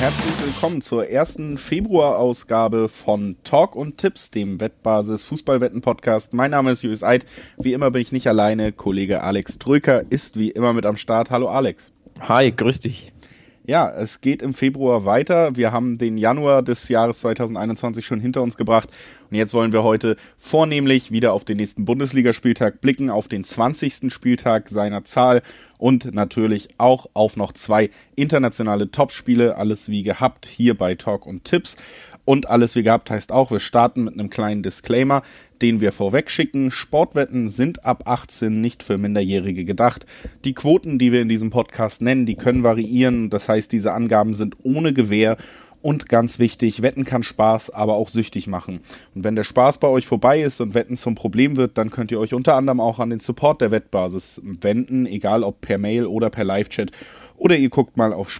herzlich willkommen zur ersten Februarausgabe von Talk und Tipps, dem Wettbasis Fußballwetten-Podcast. Mein Name ist Julius Eid. Wie immer bin ich nicht alleine. Kollege Alex Tröker ist wie immer mit am Start. Hallo Alex. Hi, grüß dich. Ja, es geht im Februar weiter. Wir haben den Januar des Jahres 2021 schon hinter uns gebracht. Und jetzt wollen wir heute vornehmlich wieder auf den nächsten Bundesligaspieltag blicken, auf den 20. Spieltag seiner Zahl und natürlich auch auf noch 2 internationale Topspiele. Alles wie gehabt hier bei Talk und Tipps. Und alles wie gehabt heißt auch, wir starten mit einem kleinen Disclaimer, den wir vorweg schicken. Sportwetten sind ab 18 nicht für Minderjährige gedacht. Die Quoten, die wir in diesem Podcast nennen, die können variieren. Das heißt, diese Angaben sind ohne Gewähr. Und ganz wichtig, Wetten kann Spaß, aber auch süchtig machen. Und wenn der Spaß bei euch vorbei ist und Wetten zum Problem wird, dann könnt ihr euch unter anderem auch an den Support der Wettbasis wenden, egal ob per Mail oder per Live-Chat. Oder ihr guckt mal auf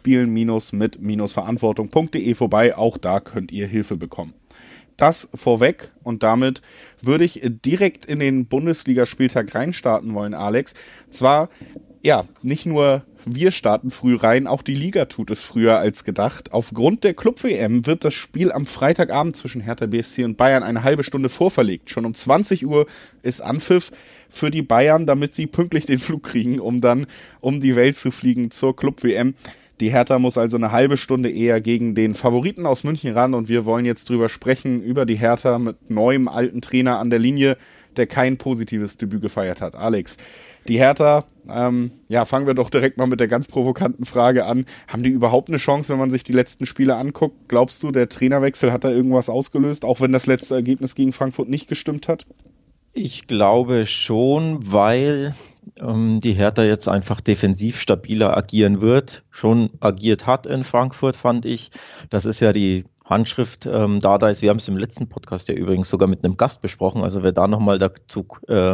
spielen-mit-verantwortung.de vorbei, auch da könnt ihr Hilfe bekommen. Das vorweg und damit würde ich direkt in den Bundesligaspieltag reinstarten wollen, Alex. Zwar, ja, nicht nur wir starten früh rein, auch die Liga tut es früher als gedacht. Aufgrund der Club-WM wird das Spiel am Freitagabend zwischen Hertha BSC und Bayern eine halbe Stunde vorverlegt. Schon um 20 Uhr ist Anpfiff für die Bayern, damit sie pünktlich den Flug kriegen, um dann um die Welt zu fliegen zur Club-WM. Die Hertha muss also eine halbe Stunde eher gegen den Favoriten aus München ran und wir wollen jetzt drüber sprechen, über die Hertha mit neuem alten Trainer an der Linie, der kein positives Debüt gefeiert hat. Alex, die Hertha, fangen wir doch direkt mal mit der ganz provokanten Frage an. Haben die überhaupt eine Chance, wenn man sich die letzten Spiele anguckt? Glaubst du, der Trainerwechsel hat da irgendwas ausgelöst, auch wenn das letzte Ergebnis gegen Frankfurt nicht gestimmt hat? Ich glaube schon, weil die Hertha jetzt einfach defensiv stabiler agieren wird. Schon agiert hat in Frankfurt, fand ich. Das ist ja die Handschrift Dardais. Wir haben es im letzten Podcast ja übrigens sogar mit einem Gast besprochen. Also wer da nochmal dazu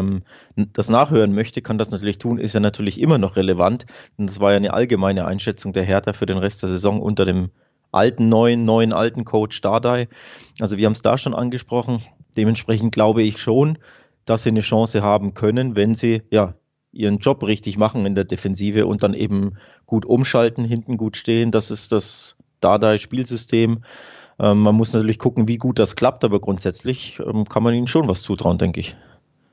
das nachhören möchte, kann das natürlich tun. Ist ja natürlich immer noch relevant. Und das war ja eine allgemeine Einschätzung der Hertha für den Rest der Saison unter dem neuen alten Coach Dardai. Also wir haben es da schon angesprochen. Dementsprechend glaube ich schon, dass sie eine Chance haben können, wenn sie ihren Job richtig machen in der Defensive und dann eben gut umschalten, hinten gut stehen. Das ist das Dardai-Spielsystem. Man muss natürlich gucken, wie gut das klappt, aber grundsätzlich kann man ihnen schon was zutrauen, denke ich.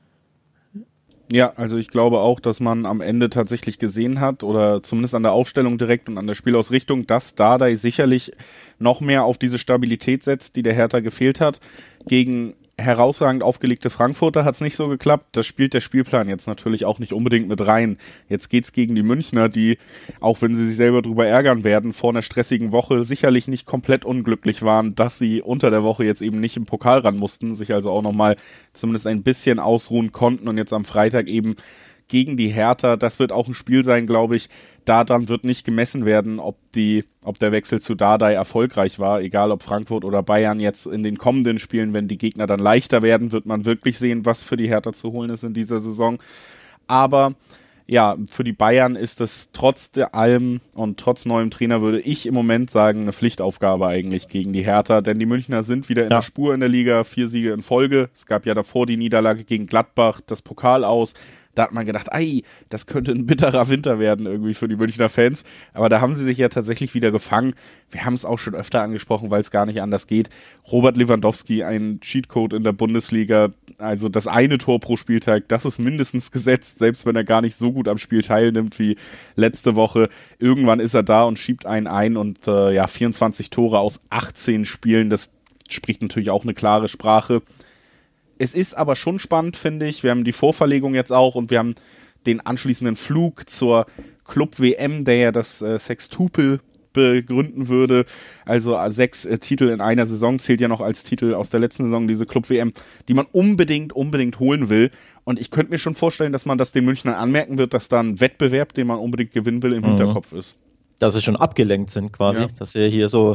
Ja, also ich glaube auch, dass man am Ende tatsächlich gesehen hat, oder zumindest an der Aufstellung direkt und an der Spielausrichtung, dass Dardai sicherlich noch mehr auf diese Stabilität setzt, die der Hertha gefehlt hat. Gegen herausragend aufgelegte Frankfurter hat es nicht so geklappt. Das spielt der Spielplan jetzt natürlich auch nicht unbedingt mit rein. Jetzt geht's gegen die Münchner, die, auch wenn sie sich selber drüber ärgern werden, vor einer stressigen Woche sicherlich nicht komplett unglücklich waren, dass sie unter der Woche jetzt eben nicht im Pokal ran mussten, sich also auch nochmal zumindest ein bisschen ausruhen konnten und jetzt am Freitag eben gegen die Hertha. Das wird auch ein Spiel sein, glaube ich. Daran wird nicht gemessen werden, ob der Wechsel zu Dardai erfolgreich war. Egal ob Frankfurt oder Bayern jetzt in den kommenden Spielen, wenn die Gegner dann leichter werden, wird man wirklich sehen, was für die Hertha zu holen ist in dieser Saison. Aber ja, für die Bayern ist es trotz allem und trotz neuem Trainer, würde ich im Moment sagen, eine Pflichtaufgabe eigentlich gegen die Hertha, denn die Münchner sind wieder in der Spur in der Liga, 4 Siege in Folge. Es gab ja davor die Niederlage gegen Gladbach, das Pokal aus. Da hat man gedacht, das könnte ein bitterer Winter werden irgendwie für die Münchner Fans. Aber da haben sie sich ja tatsächlich wieder gefangen. Wir haben es auch schon öfter angesprochen, weil es gar nicht anders geht. Robert Lewandowski, ein Cheatcode in der Bundesliga. Also das eine Tor pro Spieltag, das ist mindestens gesetzt, selbst wenn er gar nicht so gut am Spiel teilnimmt wie letzte Woche. Irgendwann ist er da und schiebt einen ein und 24 Tore aus 18 Spielen. Das spricht natürlich auch eine klare Sprache. Es ist aber schon spannend, finde ich. Wir haben die Vorverlegung jetzt auch und wir haben den anschließenden Flug zur Club-WM, der ja das Sextupel begründen würde. Also 6 Titel in einer Saison zählt ja noch als Titel aus der letzten Saison, diese Club-WM, die man unbedingt holen will. Und ich könnte mir schon vorstellen, dass man das den Münchnern anmerken wird, dass da ein Wettbewerb, den man unbedingt gewinnen will, im Hinterkopf ist. Dass sie schon abgelenkt sind quasi, dass sie hier so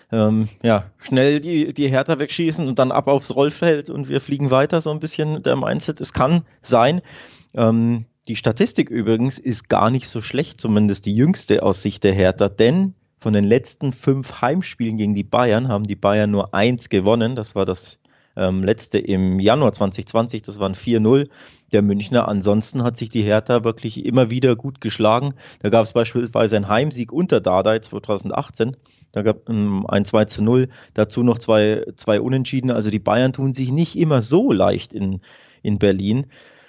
schnell die Hertha wegschießen und dann ab aufs Rollfeld und wir fliegen weiter, so ein bisschen der Mindset. Es kann sein. Die Statistik übrigens ist gar nicht so schlecht, zumindest die jüngste aus Sicht der Hertha, denn von den letzten 5 Heimspielen gegen die Bayern haben die Bayern nur 1 gewonnen. Das war das letzte im Januar 2020, das waren 4-0 der Münchner. Ansonsten hat sich die Hertha wirklich immer wieder gut geschlagen. Da gab es beispielsweise einen Heimsieg unter Dardai 2018. Da gab ein 2:0, dazu noch zwei Unentschieden. Also die Bayern tun sich nicht immer so leicht in Berlin.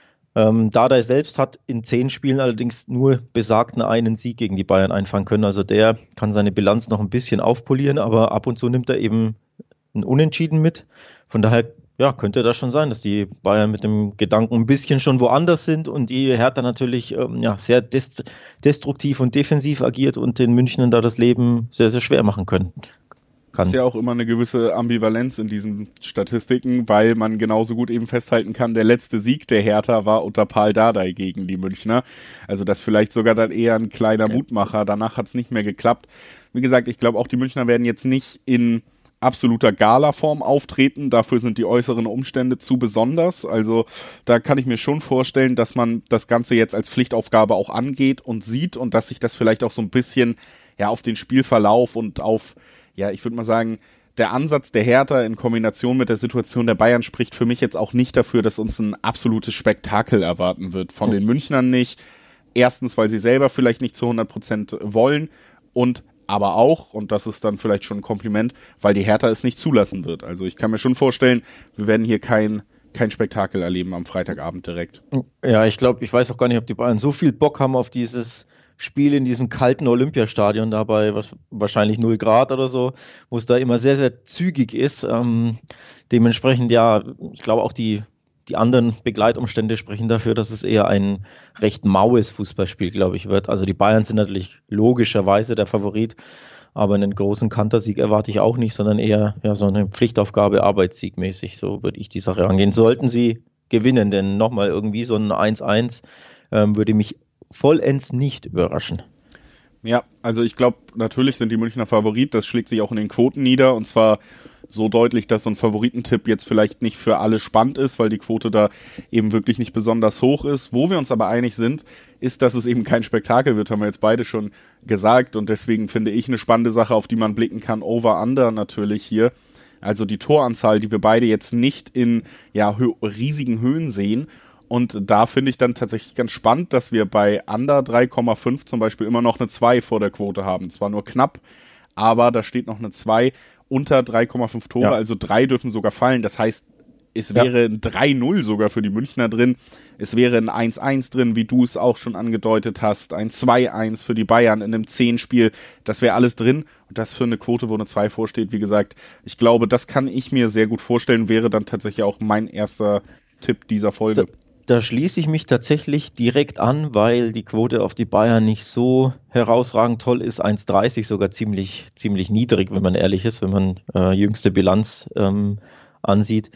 Dardai selbst hat in 10 Spielen allerdings nur besagten einen Sieg gegen die Bayern einfangen können. Also der kann seine Bilanz noch ein bisschen aufpolieren, aber ab und zu nimmt er eben ein Unentschieden mit. Von daher ja, könnte das schon sein, dass die Bayern mit dem Gedanken ein bisschen schon woanders sind und die Hertha natürlich sehr destruktiv und defensiv agiert und den Münchnern da das Leben sehr, sehr schwer machen kann. Ist ja auch immer eine gewisse Ambivalenz in diesen Statistiken, weil man genauso gut eben festhalten kann, der letzte Sieg der Hertha war unter Paul Dardai gegen die Münchner. Also das vielleicht sogar dann eher ein kleiner Mutmacher. Danach hat es nicht mehr geklappt. Wie gesagt, ich glaube auch die Münchner werden jetzt nicht in absoluter Gala-Form auftreten. Dafür sind die äußeren Umstände zu besonders. Also da kann ich mir schon vorstellen, dass man das Ganze jetzt als Pflichtaufgabe auch angeht und sieht und dass sich das vielleicht auch so ein bisschen auf den Spielverlauf und auf, ich würde mal sagen, der Ansatz der Hertha in Kombination mit der Situation der Bayern spricht für mich jetzt auch nicht dafür, dass uns ein absolutes Spektakel erwarten wird. Von den Münchnern nicht. Erstens, weil sie selber vielleicht nicht zu 100% wollen und aber auch, und das ist dann vielleicht schon ein Kompliment, weil die Hertha es nicht zulassen wird. Also ich kann mir schon vorstellen, wir werden hier kein Spektakel erleben am Freitagabend direkt. Ja, ich weiß auch gar nicht, ob die Bayern so viel Bock haben auf dieses Spiel in diesem kalten Olympiastadion dabei, wahrscheinlich 0 Grad oder so, wo es da immer sehr, sehr zügig ist. Dementsprechend, ich glaube auch die anderen Begleitumstände sprechen dafür, dass es eher ein recht maues Fußballspiel, glaube ich, wird. Also die Bayern sind natürlich logischerweise der Favorit, aber einen großen Kantersieg erwarte ich auch nicht, sondern eher so eine Pflichtaufgabe, arbeitssiegmäßig. So würde ich die Sache angehen. Sollten sie gewinnen, denn nochmal irgendwie so ein 1:1 würde mich vollends nicht überraschen. Ja, also ich glaube, natürlich sind die Münchner Favorit, das schlägt sich auch in den Quoten nieder und zwar so deutlich, dass so ein Favoritentipp jetzt vielleicht nicht für alle spannend ist, weil die Quote da eben wirklich nicht besonders hoch ist. Wo wir uns aber einig sind, ist, dass es eben kein Spektakel wird, haben wir jetzt beide schon gesagt und deswegen finde ich eine spannende Sache, auf die man blicken kann, Over-Under natürlich hier. Also die Toranzahl, die wir beide jetzt nicht in riesigen Höhen sehen. Und da finde ich dann tatsächlich ganz spannend, dass wir bei Under 3,5 zum Beispiel immer noch eine 2 vor der Quote haben. Zwar nur knapp, aber da steht noch eine 2 unter 3,5 Tore, also 3 dürfen sogar fallen. Das heißt, es wäre ein 3-0 sogar für die Münchner drin. Es wäre ein 1-1 drin, wie du es auch schon angedeutet hast. Ein 2-1 für die Bayern in einem 10-Spiel. Das wäre alles drin. Und das für eine Quote, wo eine 2 vorsteht. Wie gesagt, ich glaube, das kann ich mir sehr gut vorstellen. Wäre dann tatsächlich auch mein erster Tipp dieser Folge. Da schließe ich mich tatsächlich direkt an, weil die Quote auf die Bayern nicht so herausragend toll ist. 1,30 sogar ziemlich niedrig, wenn man ehrlich ist, wenn man jüngste Bilanz ansieht.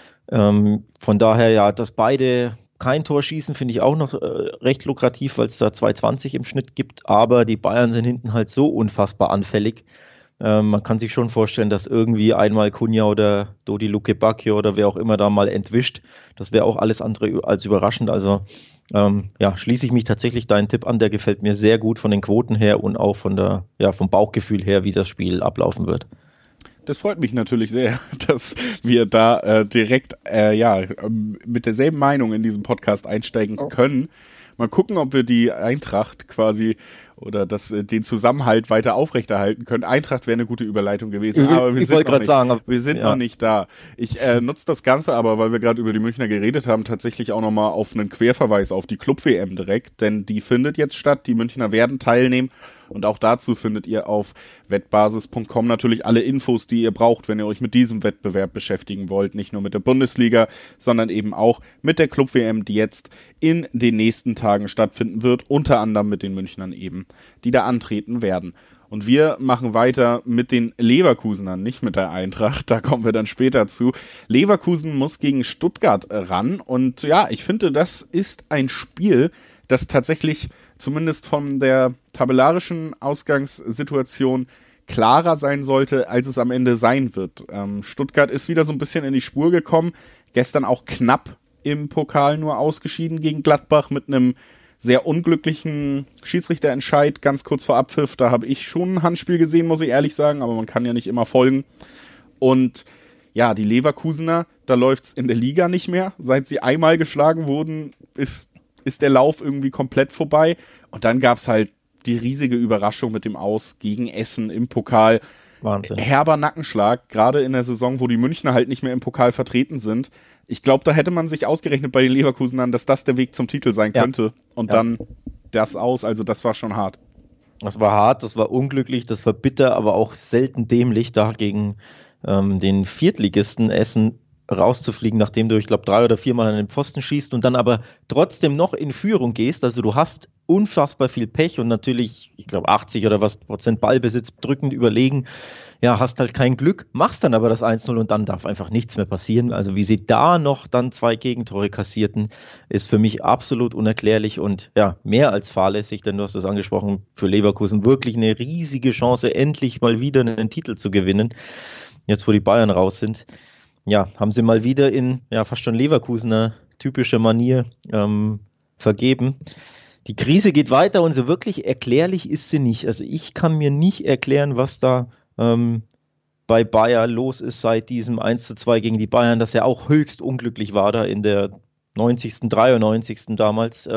Von daher dass beide kein Tor schießen, finde ich auch noch recht lukrativ, weil es da 2,20 im Schnitt gibt. Aber die Bayern sind hinten halt so unfassbar anfällig. Man kann sich schon vorstellen, dass irgendwie einmal Cunha oder Dodi Luke Bacchio oder wer auch immer da mal entwischt. Das wäre auch alles andere als überraschend. Also schließe ich mich tatsächlich deinen Tipp an. Der gefällt mir sehr gut von den Quoten her und auch vom Bauchgefühl her, wie das Spiel ablaufen wird. Das freut mich natürlich sehr, dass wir da direkt mit derselben Meinung in diesem Podcast einsteigen können. Mal gucken, ob wir die Eintracht quasi oder den Zusammenhalt weiter aufrechterhalten können. Eintracht wäre eine gute Überleitung gewesen, aber wir sind noch nicht da. Ich nutze das Ganze aber, weil wir gerade über die Münchner geredet haben, tatsächlich auch nochmal auf einen Querverweis auf die Club-WM direkt, denn die findet jetzt statt, die Münchner werden teilnehmen und auch dazu findet ihr auf wettbasis.com natürlich alle Infos, die ihr braucht, wenn ihr euch mit diesem Wettbewerb beschäftigen wollt, nicht nur mit der Bundesliga, sondern eben auch mit der Club-WM, die jetzt in den nächsten Tagen stattfinden wird, unter anderem mit den Münchnern eben, die da antreten werden. Und wir machen weiter mit den Leverkusenern, nicht mit der Eintracht, da kommen wir dann später zu. Leverkusen muss gegen Stuttgart ran und ich finde, das ist ein Spiel, das tatsächlich zumindest von der tabellarischen Ausgangssituation klarer sein sollte, als es am Ende sein wird. Stuttgart ist wieder so ein bisschen in die Spur gekommen, gestern auch knapp im Pokal nur ausgeschieden gegen Gladbach mit einem sehr unglücklichen Schiedsrichterentscheid, ganz kurz vor Abpfiff. Da habe ich schon ein Handspiel gesehen, muss ich ehrlich sagen, aber man kann ja nicht immer folgen. Und die Leverkusener, da läuft's in der Liga nicht mehr. Seit sie einmal geschlagen wurden, ist der Lauf irgendwie komplett vorbei. Und dann gab's halt die riesige Überraschung mit dem Aus gegen Essen im Pokal. Wahnsinn. Herber Nackenschlag, gerade in der Saison, wo die Münchner halt nicht mehr im Pokal vertreten sind. Ich glaube, da hätte man sich ausgerechnet bei den Leverkusenern, dass das der Weg zum Titel sein könnte. Und dann das Aus, also das war schon hart. Das war hart, das war unglücklich, das war bitter, aber auch selten dämlich, da gegen den Viertligisten Essen rauszufliegen, nachdem du, ich glaube, 3 oder 4 Mal an den Pfosten schießt und dann aber trotzdem noch in Führung gehst. Also du hast unfassbar viel Pech und natürlich, ich glaube, 80 oder was Prozent Ballbesitz, drückend überlegen. Ja, hast halt kein Glück, machst dann aber das 1-0 und dann darf einfach nichts mehr passieren. Also wie sie da noch dann 2 Gegentore kassierten, ist für mich absolut unerklärlich und ja, mehr als fahrlässig, denn du hast es angesprochen, für Leverkusen wirklich eine riesige Chance, endlich mal wieder einen Titel zu gewinnen. Jetzt, wo die Bayern raus sind. Ja, haben sie mal wieder in fast schon Leverkusener typischer Manier vergeben. Die Krise geht weiter und so wirklich erklärlich ist sie nicht. Also ich kann mir nicht erklären, was da bei Bayer los ist seit diesem 1:2 gegen die Bayern, das ja auch höchst unglücklich war da in der 90., 93. damals.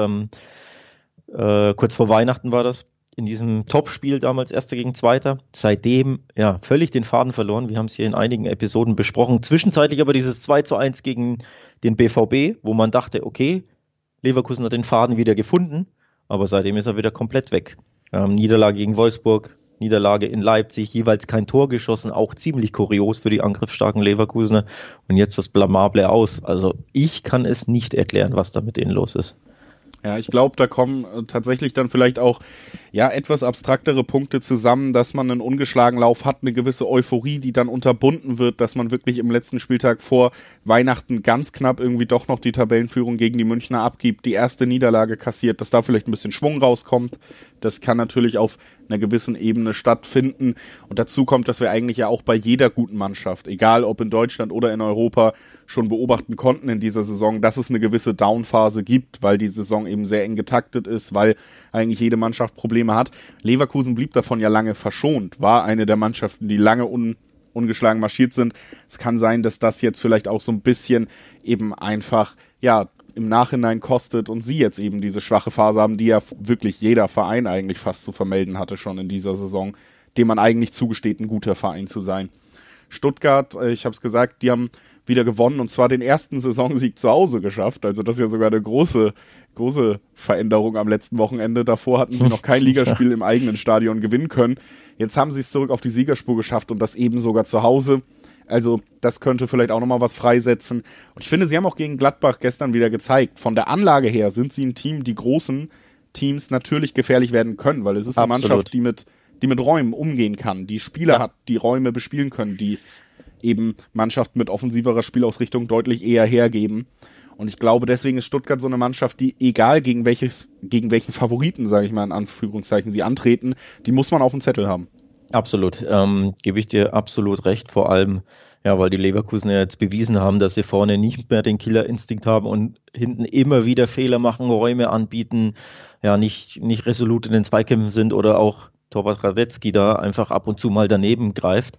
Kurz vor Weihnachten war das. In diesem Topspiel damals Erster gegen Zweiter. Seitdem völlig den Faden verloren. Wir haben es hier in einigen Episoden besprochen. Zwischenzeitlich aber dieses 2:1 gegen den BVB, wo man dachte, okay, Leverkusen hat den Faden wieder gefunden, aber seitdem ist er wieder komplett weg. Niederlage gegen Wolfsburg, Niederlage in Leipzig, jeweils kein Tor geschossen, auch ziemlich kurios für die angriffsstarken Leverkusener. Und jetzt das blamable Aus. Also ich kann es nicht erklären, was da mit denen los ist. Ja, ich glaube, da kommen tatsächlich dann vielleicht auch etwas abstraktere Punkte zusammen, dass man einen ungeschlagenen Lauf hat, eine gewisse Euphorie, die dann unterbunden wird, dass man wirklich im letzten Spieltag vor Weihnachten ganz knapp irgendwie doch noch die Tabellenführung gegen die Münchner abgibt, die erste Niederlage kassiert, dass da vielleicht ein bisschen Schwung rauskommt. Das kann natürlich auf einer gewissen Ebene stattfinden. Und dazu kommt, dass wir eigentlich ja auch bei jeder guten Mannschaft, egal ob in Deutschland oder in Europa, schon beobachten konnten in dieser Saison, dass es eine gewisse Downphase gibt, weil die Saison eben sehr eng getaktet ist, weil eigentlich jede Mannschaft Probleme hat. Leverkusen blieb davon ja lange verschont, war eine der Mannschaften, die lange ungeschlagen marschiert sind. Es kann sein, dass das jetzt vielleicht auch so ein bisschen eben einfach, im Nachhinein kostet und sie jetzt eben diese schwache Phase haben, die ja wirklich jeder Verein eigentlich fast zu vermelden hatte schon in dieser Saison, dem man eigentlich zugesteht, ein guter Verein zu sein. Stuttgart, ich habe es gesagt, die haben wieder gewonnen und zwar den ersten Saisonsieg zu Hause geschafft. Also das ist ja sogar eine große Veränderung am letzten Wochenende. Davor hatten sie noch kein Ligaspiel im eigenen Stadion gewinnen können. Jetzt haben sie es zurück auf die Siegerspur geschafft und das eben sogar zu Hause. Also das könnte vielleicht auch nochmal was freisetzen. Und ich finde, sie haben auch gegen Gladbach gestern wieder gezeigt, von der Anlage her sind sie ein Team, die großen Teams natürlich gefährlich werden können, weil es ist eine Mannschaft, die mit Räumen umgehen kann, die Spieler hat, die Räume bespielen können, die eben Mannschaften mit offensiverer Spielausrichtung deutlich eher hergeben. Und ich glaube, deswegen ist Stuttgart so eine Mannschaft, die, egal gegen welchen Favoriten, sage ich mal in Anführungszeichen, sie antreten, die muss man auf dem Zettel haben. Absolut, gebe ich dir absolut recht, vor allem, weil die Leverkusen ja jetzt bewiesen haben, dass sie vorne nicht mehr den Killerinstinkt haben und hinten immer wieder Fehler machen, Räume anbieten, nicht resolut in den Zweikämpfen sind oder auch Torwart Radetzky da einfach ab und zu mal daneben greift.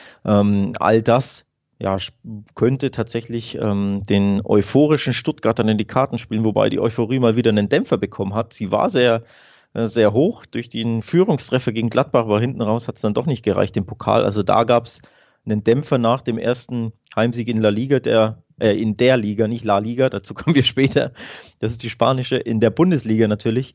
All das könnte tatsächlich den euphorischen Stuttgartern in die Karten spielen, wobei die Euphorie mal wieder einen Dämpfer bekommen hat. Sie war sehr hoch durch den Führungstreffer gegen Gladbach, aber hinten raus hat es dann doch nicht gereicht im Pokal. Also da gab es einen Dämpfer nach dem ersten Heimsieg in La Liga, in der Liga, nicht La Liga, dazu kommen wir später. Das ist die spanische, in der Bundesliga natürlich.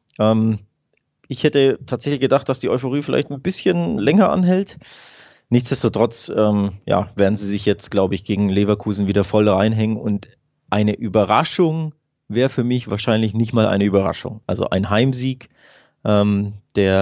Ich hätte tatsächlich gedacht, dass die Euphorie vielleicht ein bisschen länger anhält. Nichtsdestotrotz werden sie sich jetzt, glaube ich, gegen Leverkusen wieder voll reinhängen und eine Überraschung wäre für mich wahrscheinlich nicht mal eine Überraschung. Also ein Heimsieg, ein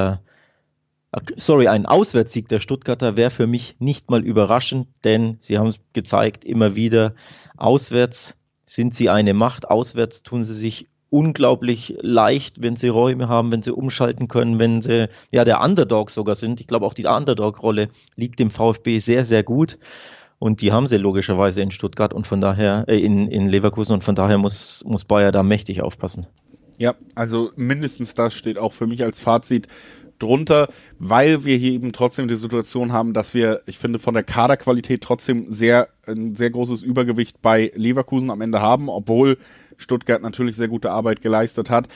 Auswärtssieg der Stuttgarter wäre für mich nicht mal überraschend, denn sie haben es gezeigt, immer wieder, auswärts sind sie eine Macht, auswärts tun sie sich unglaublich leicht, wenn sie Räume haben, wenn sie umschalten können, wenn sie der Underdog sogar sind. Ich glaube, auch die Underdog-Rolle liegt dem VfB sehr, sehr gut. Und die haben sie logischerweise in Stuttgart und von daher in Leverkusen und von daher muss Bayer da mächtig aufpassen. Ja, also mindestens das steht auch für mich als Fazit drunter, weil wir hier eben trotzdem die Situation haben, dass wir, ich finde, von der Kaderqualität trotzdem ein sehr großes Übergewicht bei Leverkusen am Ende haben, obwohl Stuttgart natürlich sehr gute Arbeit geleistet hat.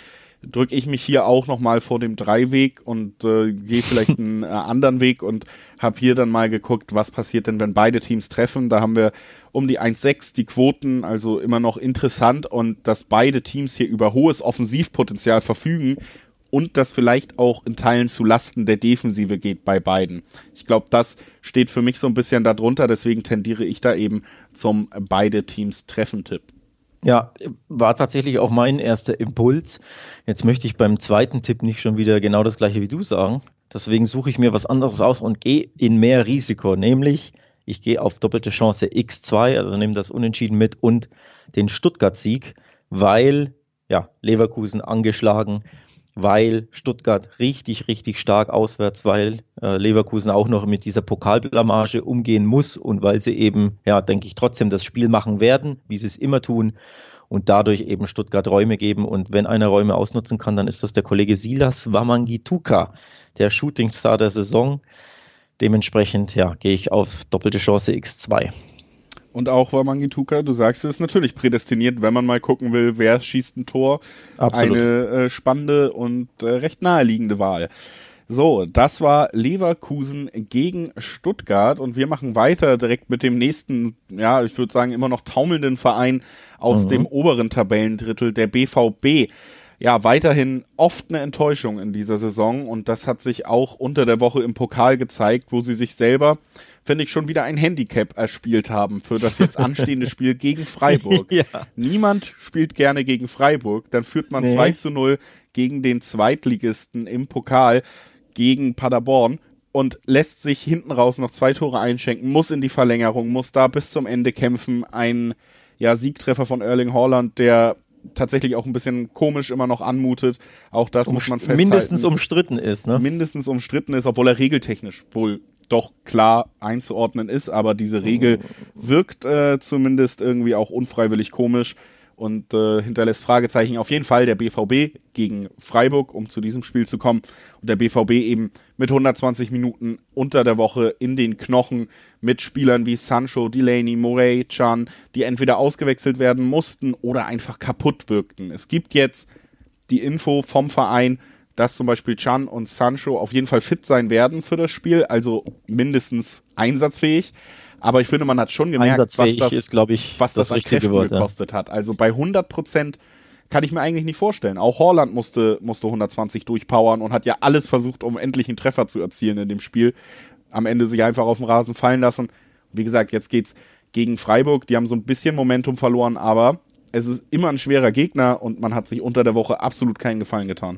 drücke ich mich hier auch nochmal vor dem Dreiweg und gehe vielleicht einen anderen Weg und habe hier dann mal geguckt, was passiert denn, wenn beide Teams treffen. Da haben wir um die 1,6 die Quoten, also immer noch interessant, und dass beide Teams hier über hohes Offensivpotenzial verfügen und das vielleicht auch in Teilen zu Lasten der Defensive geht bei beiden. Ich glaube, das steht für mich so ein bisschen darunter, deswegen tendiere ich da eben zum beide Teams Treffen-Tipp. Ja, war tatsächlich auch mein erster Impuls. Jetzt möchte ich beim zweiten Tipp nicht schon wieder genau das gleiche wie du sagen. Deswegen suche ich mir was anderes aus und gehe in mehr Risiko. Nämlich, ich gehe auf doppelte Chance X2, also nehme das Unentschieden mit und den Stuttgart-Sieg, weil ja, Leverkusen angeschlagen, weil Stuttgart richtig, richtig stark auswärts, weil Leverkusen auch noch mit dieser Pokalblamage umgehen muss und weil sie eben, ja, denke ich, trotzdem das Spiel machen werden, wie sie es immer tun und dadurch eben Stuttgart Räume geben. Und wenn einer Räume ausnutzen kann, dann ist das der Kollege Silas Wamangituka, der Shootingstar der Saison. Dementsprechend, ja, gehe ich auf doppelte Chance X2. Und auch Wamangituka, du sagst es, natürlich prädestiniert, wenn man mal gucken will, wer schießt ein Tor. Absolut. Eine spannende und recht naheliegende Wahl. So, das war Leverkusen gegen Stuttgart und wir machen weiter direkt mit dem nächsten, ja, ich würde sagen immer noch taumelnden Verein aus dem oberen Tabellendrittel, der BVB. Ja, weiterhin oft eine Enttäuschung in dieser Saison und das hat sich auch unter der Woche im Pokal gezeigt, wo sie sich selber, finde ich, schon wieder ein Handicap erspielt haben für das jetzt anstehende Spiel gegen Freiburg. Ja. Niemand spielt gerne gegen Freiburg, dann führt man 2-0 gegen den Zweitligisten im Pokal gegen Paderborn und lässt sich hinten raus noch 2 Tore einschenken, muss in die Verlängerung, muss da bis zum Ende kämpfen. Ein Siegtreffer von Erling Haaland, der tatsächlich auch ein bisschen komisch immer noch anmutet. Auch das muss man festhalten. Mindestens umstritten ist, ne? Mindestens umstritten ist, obwohl er regeltechnisch wohl doch klar einzuordnen ist, aber diese Regel wirkt zumindest irgendwie auch unfreiwillig komisch und hinterlässt Fragezeichen. Auf jeden Fall der BVB gegen Freiburg, um zu diesem Spiel zu kommen. Und der BVB eben mit 120 Minuten unter der Woche in den Knochen mit Spielern wie Sancho, Delaney, Morey, Can, die entweder ausgewechselt werden mussten oder einfach kaputt wirkten. Es gibt jetzt die Info vom Verein, dass zum Beispiel Can und Sancho auf jeden Fall fit sein werden für das Spiel, also mindestens einsatzfähig. Aber ich finde, man hat schon gemerkt, was das an Kräften gekostet hat. Also bei 100% kann ich mir eigentlich nicht vorstellen. Auch Haaland musste 120 durchpowern und hat ja alles versucht, um endlich einen Treffer zu erzielen in dem Spiel. Am Ende sich einfach auf den Rasen fallen lassen. Wie gesagt, jetzt geht's gegen Freiburg. Die haben so ein bisschen Momentum verloren, aber es ist immer ein schwerer Gegner und man hat sich unter der Woche absolut keinen Gefallen getan.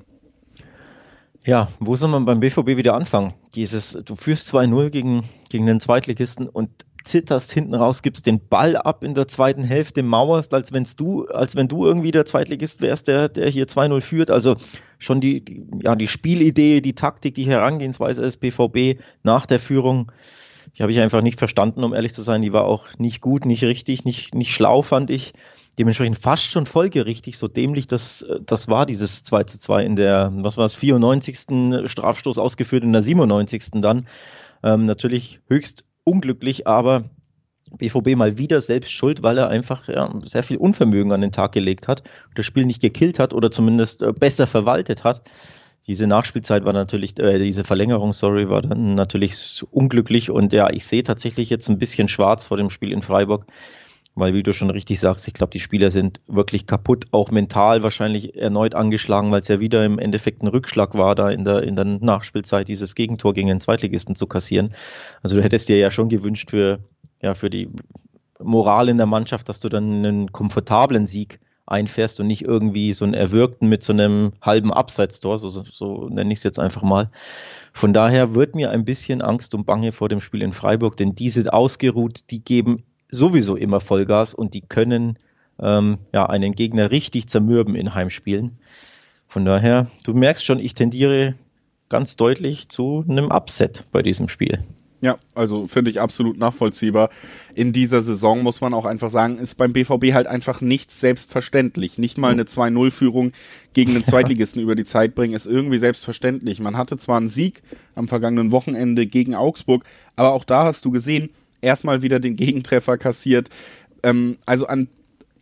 Ja, wo soll man beim BVB wieder anfangen? Du führst 2-0 gegen den Zweitligisten und zitterst hinten raus, gibst den Ball ab in der zweiten Hälfte, mauerst, als wenn du irgendwie der Zweitligist wärst, der hier 2-0 führt. Also schon die Spielidee, die Taktik, die Herangehensweise des BVB nach der Führung, die habe ich einfach nicht verstanden, um ehrlich zu sein. Die war auch nicht gut, nicht richtig, nicht schlau, fand ich. Dementsprechend fast schon folgerichtig, so dämlich das war, dieses 2-2 in der, 94. Strafstoß ausgeführt, in der 97. dann. Natürlich höchst unglücklich, aber BVB mal wieder selbst schuld, weil er einfach sehr viel Unvermögen an den Tag gelegt hat, das Spiel nicht gekillt hat oder zumindest besser verwaltet hat. Diese Nachspielzeit war natürlich, diese Verlängerung, war dann natürlich unglücklich und ja, ich sehe tatsächlich jetzt ein bisschen schwarz vor dem Spiel in Freiburg. Weil, wie du schon richtig sagst, ich glaube, die Spieler sind wirklich kaputt, auch mental wahrscheinlich erneut angeschlagen, weil es ja wieder im Endeffekt ein Rückschlag war, da in der Nachspielzeit dieses Gegentor gegen den Zweitligisten zu kassieren. Also du hättest dir ja schon gewünscht für die Moral in der Mannschaft, dass du dann einen komfortablen Sieg einfährst und nicht irgendwie so einen erwürgten mit so einem halben Abseitstor, so nenne ich es jetzt einfach mal. Von daher wird mir ein bisschen Angst und Bange vor dem Spiel in Freiburg, denn die sind ausgeruht, die geben sowieso immer Vollgas und die können einen Gegner richtig zermürben in Heimspielen. Von daher, du merkst schon, ich tendiere ganz deutlich zu einem Upset bei diesem Spiel. Ja, also finde ich absolut nachvollziehbar. In dieser Saison muss man auch einfach sagen, ist beim BVB halt einfach nichts selbstverständlich. Nicht mal eine 2-0-Führung gegen den Zweitligisten über die Zeit bringen, ist irgendwie selbstverständlich. Man hatte zwar einen Sieg am vergangenen Wochenende gegen Augsburg, aber auch da hast du gesehen, erstmal wieder den Gegentreffer kassiert. Also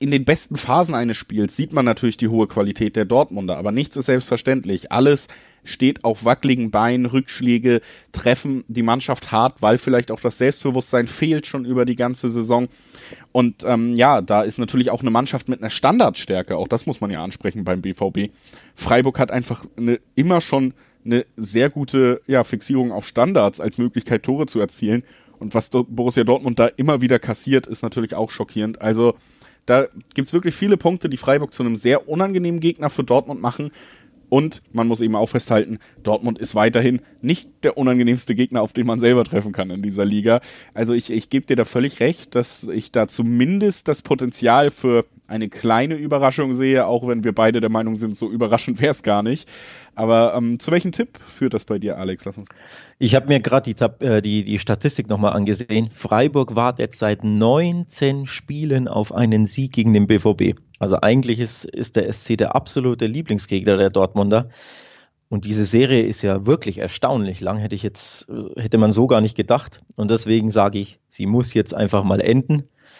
in den besten Phasen eines Spiels sieht man natürlich die hohe Qualität der Dortmunder, aber nichts ist selbstverständlich. Alles steht auf wackeligen Beinen, Rückschläge treffen die Mannschaft hart, weil vielleicht auch das Selbstbewusstsein fehlt schon über die ganze Saison. Und da ist natürlich auch eine Mannschaft mit einer Standardstärke, auch das muss man ja ansprechen beim BVB. Freiburg hat einfach immer schon eine sehr gute Fixierung auf Standards als Möglichkeit, Tore zu erzielen. Und was Borussia Dortmund da immer wieder kassiert, ist natürlich auch schockierend. Also da gibt's wirklich viele Punkte, die Freiburg zu einem sehr unangenehmen Gegner für Dortmund machen. Und man muss eben auch festhalten, Dortmund ist weiterhin nicht der unangenehmste Gegner, auf den man selber treffen kann in dieser Liga. Also ich gebe dir da völlig recht, dass ich da zumindest das Potenzial für eine kleine Überraschung sehe, auch wenn wir beide der Meinung sind, so überraschend wäre es gar nicht. Aber zu welchem Tipp führt das bei dir, Alex? Lass uns. Ich habe mir gerade die Statistik nochmal angesehen. Freiburg wartet jetzt seit 19 Spielen auf einen Sieg gegen den BVB. Also eigentlich ist der SC der absolute Lieblingsgegner der Dortmunder. Und diese Serie ist ja wirklich erstaunlich lang, hätte man so gar nicht gedacht. Und deswegen sage ich, sie muss jetzt einfach mal enden.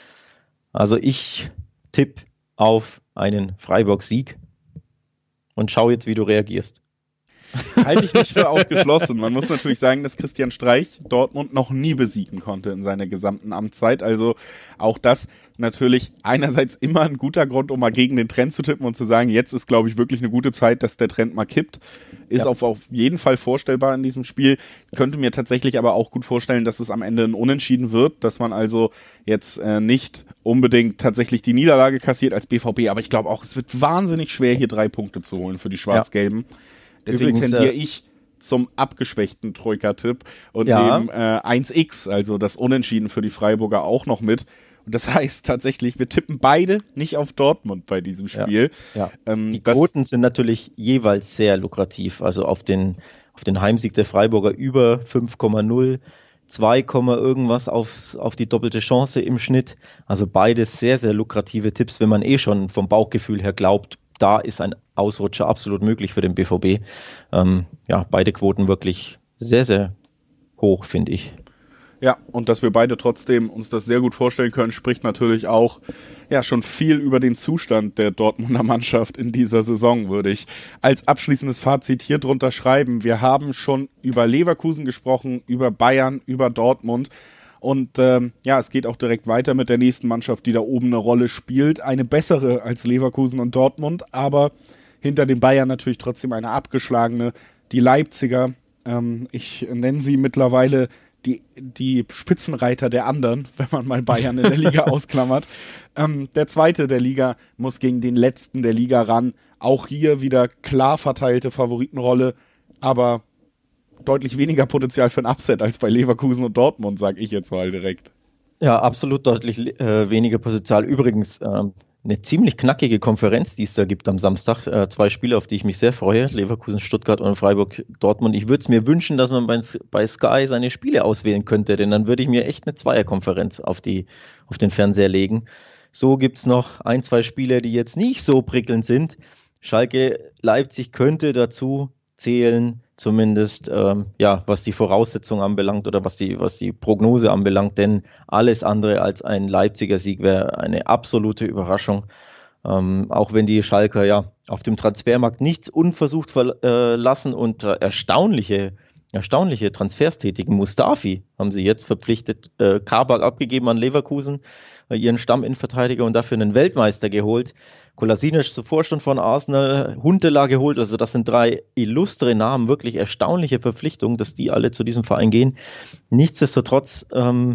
Also ich tippe auf einen Freiburg-Sieg und schau jetzt, wie du reagierst. Halte ich nicht für ausgeschlossen. Man muss natürlich sagen, dass Christian Streich Dortmund noch nie besiegen konnte in seiner gesamten Amtszeit. Also auch das natürlich einerseits immer ein guter Grund, um mal gegen den Trend zu tippen und zu sagen, jetzt ist, glaube ich, wirklich eine gute Zeit, dass der Trend mal kippt. Ist auf jeden Fall vorstellbar in diesem Spiel. Ich könnte mir tatsächlich aber auch gut vorstellen, dass es am Ende ein Unentschieden wird, dass man also jetzt nicht unbedingt tatsächlich die Niederlage kassiert als BVB. Aber ich glaube auch, es wird wahnsinnig schwer, hier 3 Punkte zu holen für die Schwarz-Gelben. Deswegen tendiere ich zum abgeschwächten Troika-Tipp und nehme 1x, also das Unentschieden für die Freiburger auch noch mit. Und das heißt tatsächlich, wir tippen beide nicht auf Dortmund bei diesem Spiel. Ja. Die Quoten sind natürlich jeweils sehr lukrativ. Also auf den Heimsieg der Freiburger über 5,0, 2, irgendwas auf die doppelte Chance im Schnitt. Also beides sehr, sehr lukrative Tipps, wenn man schon vom Bauchgefühl her glaubt, da ist ein Ausrutscher absolut möglich für den BVB. Beide Quoten wirklich sehr, sehr hoch, finde ich. Ja, und dass wir beide trotzdem uns das sehr gut vorstellen können, spricht natürlich auch schon viel über den Zustand der Dortmunder Mannschaft in dieser Saison, würde ich als abschließendes Fazit hier drunter schreiben. Wir haben schon über Leverkusen gesprochen, über Bayern, über Dortmund. Und es geht auch direkt weiter mit der nächsten Mannschaft, die da oben eine Rolle spielt. Eine bessere als Leverkusen und Dortmund, aber hinter den Bayern natürlich trotzdem eine abgeschlagene. Die Leipziger, ich nenne sie mittlerweile die Spitzenreiter der anderen, wenn man mal Bayern in der Liga ausklammert. Der zweite der Liga muss gegen den letzten der Liga ran. Auch hier wieder klar verteilte Favoritenrolle, aber deutlich weniger Potenzial für ein Upset als bei Leverkusen und Dortmund, sage ich jetzt mal direkt. Ja, absolut deutlich weniger Potenzial. Übrigens eine ziemlich knackige Konferenz, die es da gibt am Samstag. 2 Spiele, auf die ich mich sehr freue. Leverkusen, Stuttgart und Freiburg, Dortmund. Ich würde es mir wünschen, dass man bei Sky seine Spiele auswählen könnte, denn dann würde ich mir echt eine Zweierkonferenz auf den Fernseher legen. So gibt es noch 1, 2 Spiele, die jetzt nicht so prickelnd sind. Schalke, Leipzig könnte dazu zählen, zumindest was die Voraussetzungen anbelangt oder was die Prognose anbelangt, denn alles andere als ein Leipziger Sieg wäre eine absolute Überraschung, auch wenn die Schalker auf dem Transfermarkt nichts unversucht verlassen und erstaunliche Transfers tätigen. Mustafi haben sie jetzt verpflichtet, Kabak abgegeben an Leverkusen, ihren Stamminnenverteidiger, und dafür einen Weltmeister geholt. Kolasinac zuvor schon von Arsenal, Huntelaar geholt, also das sind 3 illustre Namen, wirklich erstaunliche Verpflichtungen, dass die alle zu diesem Verein gehen. Nichtsdestotrotz,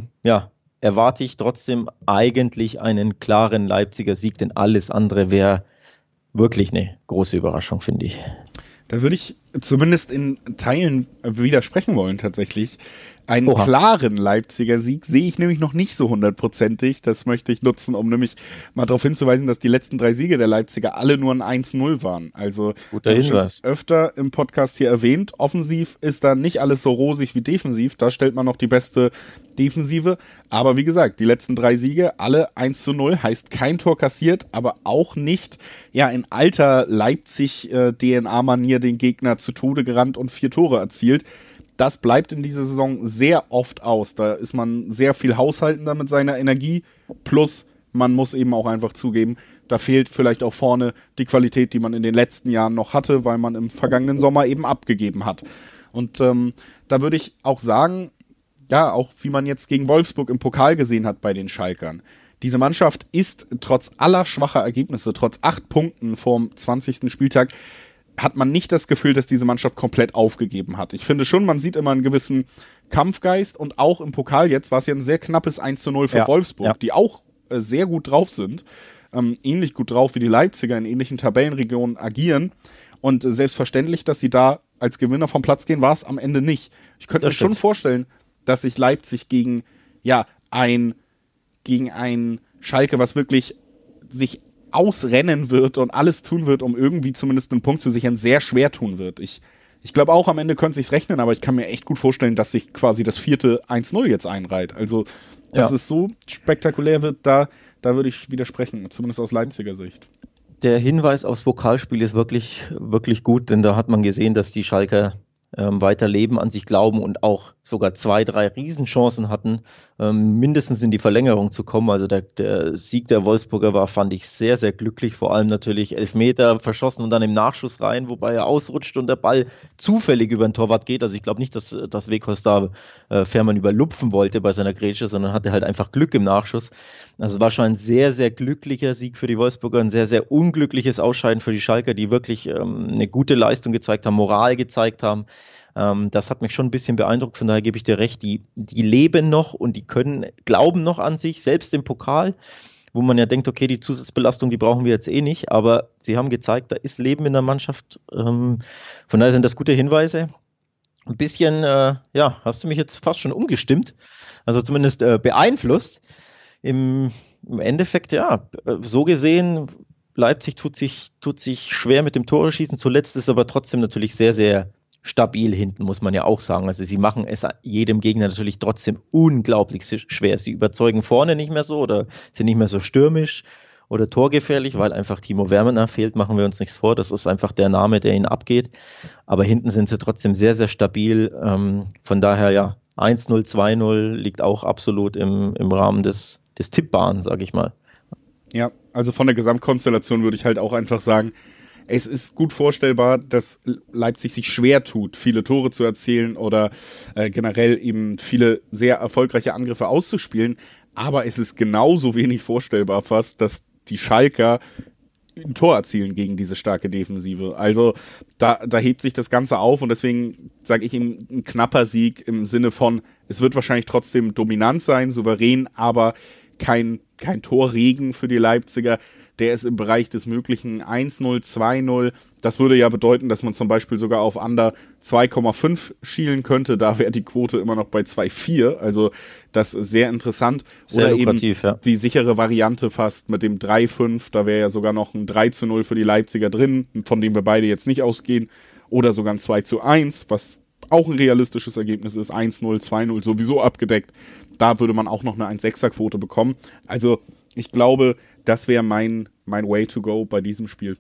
erwarte ich trotzdem eigentlich einen klaren Leipziger Sieg, denn alles andere wäre wirklich eine große Überraschung, finde ich. Da würde ich zumindest in Teilen widersprechen wollen tatsächlich. Einen klaren Leipziger Sieg sehe ich nämlich noch nicht so 100%. Das möchte ich nutzen, um nämlich mal darauf hinzuweisen, dass die letzten 3 Siege der Leipziger alle nur ein 1-0 waren. Also, guter Hinweis. Öfter im Podcast hier erwähnt, offensiv ist da nicht alles so rosig wie defensiv. Da stellt man noch die beste Defensive. Aber wie gesagt, die letzten 3 Siege, alle 1-0, heißt kein Tor kassiert, aber auch nicht in alter Leipzig-DNA-Manier den Gegner zu Tode gerannt und 4 Tore erzielt. Das bleibt in dieser Saison sehr oft aus. Da ist man sehr viel haushaltender mit seiner Energie. Plus man muss eben auch einfach zugeben, da fehlt vielleicht auch vorne die Qualität, die man in den letzten Jahren noch hatte, weil man im vergangenen Sommer eben abgegeben hat. Und da würde ich auch sagen, ja, auch wie man jetzt gegen Wolfsburg im Pokal gesehen hat bei den Schalkern. Diese Mannschaft ist trotz aller schwacher Ergebnisse, trotz 8 Punkten vorm 20. Spieltag, hat man nicht das Gefühl, dass diese Mannschaft komplett aufgegeben hat. Ich finde schon, man sieht immer einen gewissen Kampfgeist und auch im Pokal jetzt war es ja ein sehr knappes 1:0 für Wolfsburg, die auch sehr gut drauf sind, ähnlich gut drauf wie die Leipziger in ähnlichen Tabellenregionen agieren und selbstverständlich, dass sie da als Gewinner vom Platz gehen, war es am Ende nicht. Ich könnte mir schon vorstellen, dass sich Leipzig gegen ein Schalke, was wirklich sich ausrennen wird und alles tun wird, um irgendwie zumindest einen Punkt zu sichern, sehr schwer tun wird. Ich glaube auch, am Ende könnte es sich rechnen, aber ich kann mir echt gut vorstellen, dass sich quasi das 4. 1:0 jetzt einreiht. Also, dass es so spektakulär wird, da würde ich widersprechen, zumindest aus Leipziger Sicht. Der Hinweis aufs Pokalspiel ist wirklich, wirklich gut, denn da hat man gesehen, dass die Schalker weiter leben, an sich glauben und auch sogar 2, 3 Riesenchancen hatten, mindestens in die Verlängerung zu kommen. Also der Sieg der Wolfsburger war, fand ich, sehr, sehr glücklich. Vor allem natürlich Elfmeter verschossen und dann im Nachschuss rein, wobei er ausrutscht und der Ball zufällig über den Torwart geht. Also ich glaube nicht, dass Weghorst da Fährmann überlupfen wollte bei seiner Grätsche, sondern hatte halt einfach Glück im Nachschuss. Also es war schon ein sehr, sehr glücklicher Sieg für die Wolfsburger, ein sehr, sehr unglückliches Ausscheiden für die Schalker, die wirklich eine gute Leistung gezeigt haben, Moral gezeigt haben. Das hat mich schon ein bisschen beeindruckt, von daher gebe ich dir recht, die leben noch und die glauben noch an sich, selbst im Pokal, wo man ja denkt, okay, die Zusatzbelastung, die brauchen wir jetzt eh nicht, aber sie haben gezeigt, da ist Leben in der Mannschaft, von daher sind das gute Hinweise. Ein bisschen, hast du mich jetzt fast schon umgestimmt, also zumindest beeinflusst. Im Endeffekt, so gesehen, Leipzig tut sich schwer mit dem Tore-Schießen, zuletzt ist aber trotzdem natürlich sehr, sehr stabil hinten, muss man ja auch sagen. Also sie machen es jedem Gegner natürlich trotzdem unglaublich schwer. Sie überzeugen vorne nicht mehr so oder sind nicht mehr so stürmisch oder torgefährlich, weil einfach Timo Werner fehlt, machen wir uns nichts vor. Das ist einfach der Name, der ihnen abgeht. Aber hinten sind sie trotzdem sehr, sehr stabil. Von daher 1:0, 2:0 liegt auch absolut im Rahmen des Tippbaren, sage ich mal. Ja, also von der Gesamtkonstellation würde ich halt auch einfach sagen, es ist gut vorstellbar, dass Leipzig sich schwer tut, viele Tore zu erzielen oder generell eben viele sehr erfolgreiche Angriffe auszuspielen. Aber es ist genauso wenig vorstellbar fast, dass die Schalker ein Tor erzielen gegen diese starke Defensive. Also da hebt sich das Ganze auf und deswegen sage ich ihm ein knapper Sieg im Sinne von, es wird wahrscheinlich trotzdem dominant sein, souverän, aber kein Torregen für die Leipziger. Der ist im Bereich des Möglichen 1:0, 2:0. Das würde ja bedeuten, dass man zum Beispiel sogar auf Under 2,5 schielen könnte. Da wäre die Quote immer noch bei 2,4. Also das ist sehr interessant. Sehr oder lukrativ, eben die sichere Variante fast mit dem 3,5. Da wäre ja sogar noch ein 3:0 für die Leipziger drin, von dem wir beide jetzt nicht ausgehen. Oder sogar ein 2:1, was auch ein realistisches Ergebnis ist. 1:0, 2:0 sowieso abgedeckt. Da würde man auch noch eine 1,6er-Quote bekommen. Also ich glaube, das wäre mein Way to go bei diesem Spiel.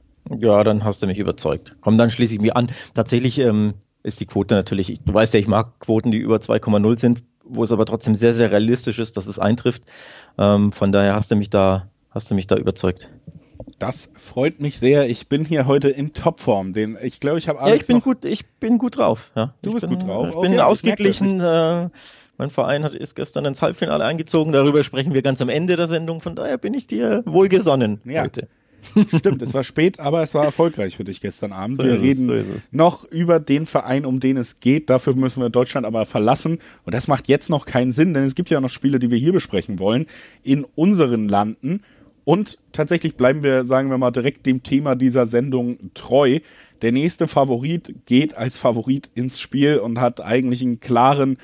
Ja, dann hast du mich überzeugt. Komm, dann schließe ich mich an. Tatsächlich ist die Quote natürlich, du weißt ja, ich mag Quoten, die über 2,0 sind, wo es aber trotzdem sehr, sehr realistisch ist, dass es eintrifft. Von daher hast du mich da überzeugt. Das freut mich sehr. Ich bin hier heute in Topform. Ich glaube, ich habe Alex ich bin gut drauf. Ja. Du bist gut drauf. Ich bin ausgeglichen. Mein Verein ist gestern ins Halbfinale eingezogen. Darüber sprechen wir ganz am Ende der Sendung. Von daher bin ich dir wohlgesonnen heute. Stimmt, es war spät, aber es war erfolgreich für dich gestern Abend. Wir reden noch über den Verein, um den es geht. Dafür müssen wir Deutschland aber verlassen. Und das macht jetzt noch keinen Sinn, denn es gibt ja noch Spiele, die wir hier besprechen wollen, in unseren Landen. Und tatsächlich bleiben wir, sagen wir mal, direkt dem Thema dieser Sendung treu. Der nächste Favorit geht als Favorit ins Spiel und hat eigentlich einen klaren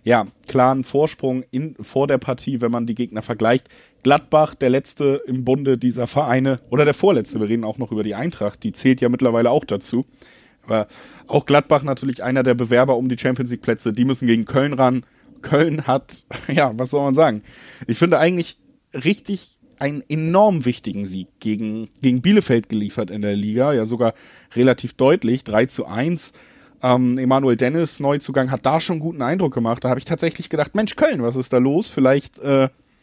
Vorsprung vor der Partie, wenn man die Gegner vergleicht. Gladbach, der letzte im Bunde dieser Vereine, oder der vorletzte, wir reden auch noch über die Eintracht, die zählt ja mittlerweile auch dazu. Aber auch Gladbach natürlich einer der Bewerber um die Champions-League-Plätze, die müssen gegen Köln ran. Köln hat, was soll man sagen? Ich finde eigentlich richtig einen enorm wichtigen Sieg gegen Bielefeld geliefert in der Liga, ja sogar relativ deutlich, 3:1. Emanuel Dennis, Neuzugang, hat da schon einen guten Eindruck gemacht. Da habe ich tatsächlich gedacht, Mensch, Köln, was ist da los? Vielleicht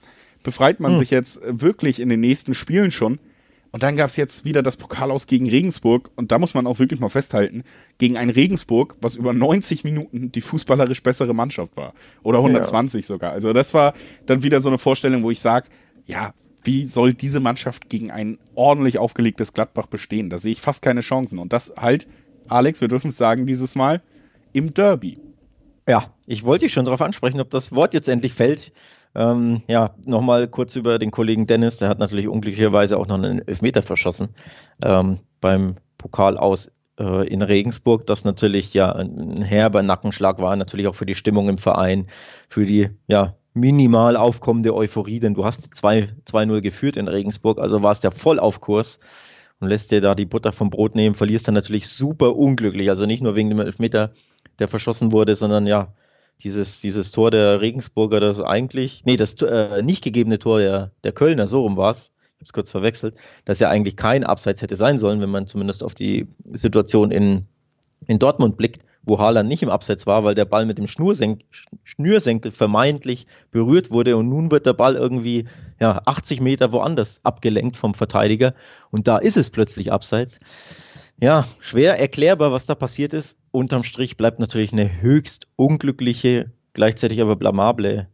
befreit man sich jetzt wirklich in den nächsten Spielen schon. Und dann gab es jetzt wieder das Pokal-Aus gegen Regensburg. Und da muss man auch wirklich mal festhalten, gegen ein Regensburg, was über 90 Minuten die fußballerisch bessere Mannschaft war. Oder 120 sogar. Also das war dann wieder so eine Vorstellung, wo ich sage, ja, wie soll diese Mannschaft gegen ein ordentlich aufgelegtes Gladbach bestehen? Da sehe ich fast keine Chancen. Und das halt, Alex, wir dürfen es sagen dieses Mal, im Derby. Ja, ich wollte dich schon darauf ansprechen, ob das Wort jetzt endlich fällt. Nochmal kurz über den Kollegen Dennis, der hat natürlich unglücklicherweise auch noch einen Elfmeter verschossen beim Pokal aus in Regensburg, das natürlich ja ein herber Nackenschlag war, natürlich auch für die Stimmung im Verein, für die minimal aufkommende Euphorie, denn du hast 2-0 geführt in Regensburg, also warst ja voll auf Kurs und lässt dir da die Butter vom Brot nehmen, verlierst dann natürlich super unglücklich, also nicht nur wegen dem Elfmeter, der verschossen wurde, sondern dieses Tor der Regensburger, das nicht gegebene Tor der Kölner, so rum war es, ich habe es kurz verwechselt, das ja eigentlich kein Abseits hätte sein sollen, wenn man zumindest auf die Situation in Dortmund blickt, wo Haaland nicht im Abseits war, weil der Ball mit dem Schnürsenkel vermeintlich berührt wurde und nun wird der Ball irgendwie 80 Meter woanders abgelenkt vom Verteidiger und da ist es plötzlich Abseits. Ja, schwer erklärbar, was da passiert ist. Unterm Strich bleibt natürlich eine höchst unglückliche, gleichzeitig aber blamable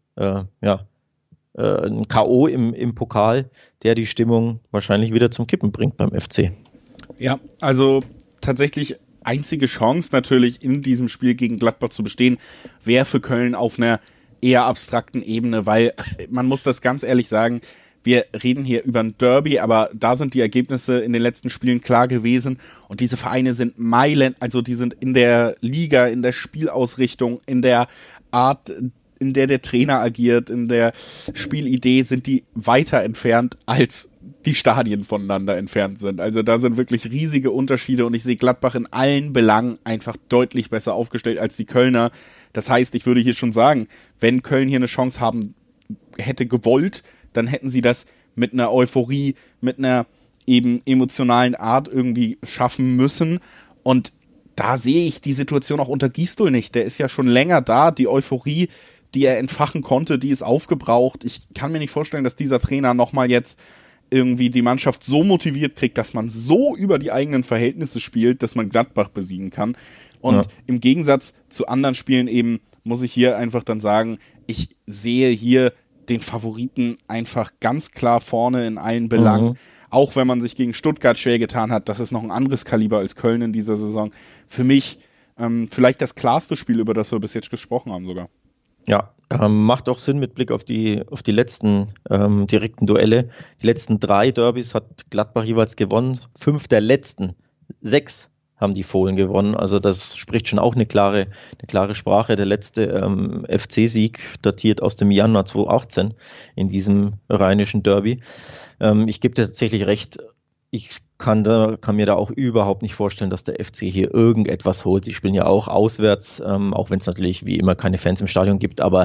ein K.O. im Pokal, der die Stimmung wahrscheinlich wieder zum Kippen bringt beim FC. Ja, also tatsächlich einzige Chance natürlich in diesem Spiel gegen Gladbach zu bestehen, wäre für Köln auf einer eher abstrakten Ebene, weil man muss das ganz ehrlich sagen, wir reden hier über ein Derby, aber da sind die Ergebnisse in den letzten Spielen klar gewesen und diese Vereine sind also die sind in der Liga, in der Spielausrichtung, in der Art, in der Trainer agiert, in der Spielidee sind die weiter entfernt, als die Stadien voneinander entfernt sind. Also da sind wirklich riesige Unterschiede und ich sehe Gladbach in allen Belangen einfach deutlich besser aufgestellt als die Kölner. Das heißt, ich würde hier schon sagen, wenn Köln hier eine Chance haben hätte gewollt, dann hätten sie das mit einer Euphorie, mit einer eben emotionalen Art irgendwie schaffen müssen. Und da sehe ich die Situation auch unter Gisdol nicht. Der ist ja schon länger da. Die Euphorie, die er entfachen konnte, die ist aufgebraucht. Ich kann mir nicht vorstellen, dass dieser Trainer nochmal jetzt irgendwie die Mannschaft so motiviert kriegt, dass man so über die eigenen Verhältnisse spielt, dass man Gladbach besiegen kann. Und im Gegensatz zu anderen Spielen eben, muss ich hier einfach dann sagen, ich sehe hier den Favoriten einfach ganz klar vorne in allen Belangen. Auch wenn man sich gegen Stuttgart schwer getan hat, das ist noch ein anderes Kaliber als Köln in dieser Saison. Für mich vielleicht das klarste Spiel, über das wir bis jetzt gesprochen haben sogar. Ja, macht auch Sinn mit Blick auf die letzten direkten Duelle. Die letzten 3 Derbys hat Gladbach jeweils gewonnen. 5 der letzten 6 haben die Fohlen gewonnen. Also das spricht schon auch eine klare Sprache. Der letzte FC-Sieg datiert aus dem Januar 2018 in diesem rheinischen Derby. Ich gebe dir tatsächlich recht, ich kann mir da auch überhaupt nicht vorstellen, dass der FC hier irgendetwas holt. Sie spielen ja auch auswärts, auch wenn es natürlich wie immer keine Fans im Stadion gibt, aber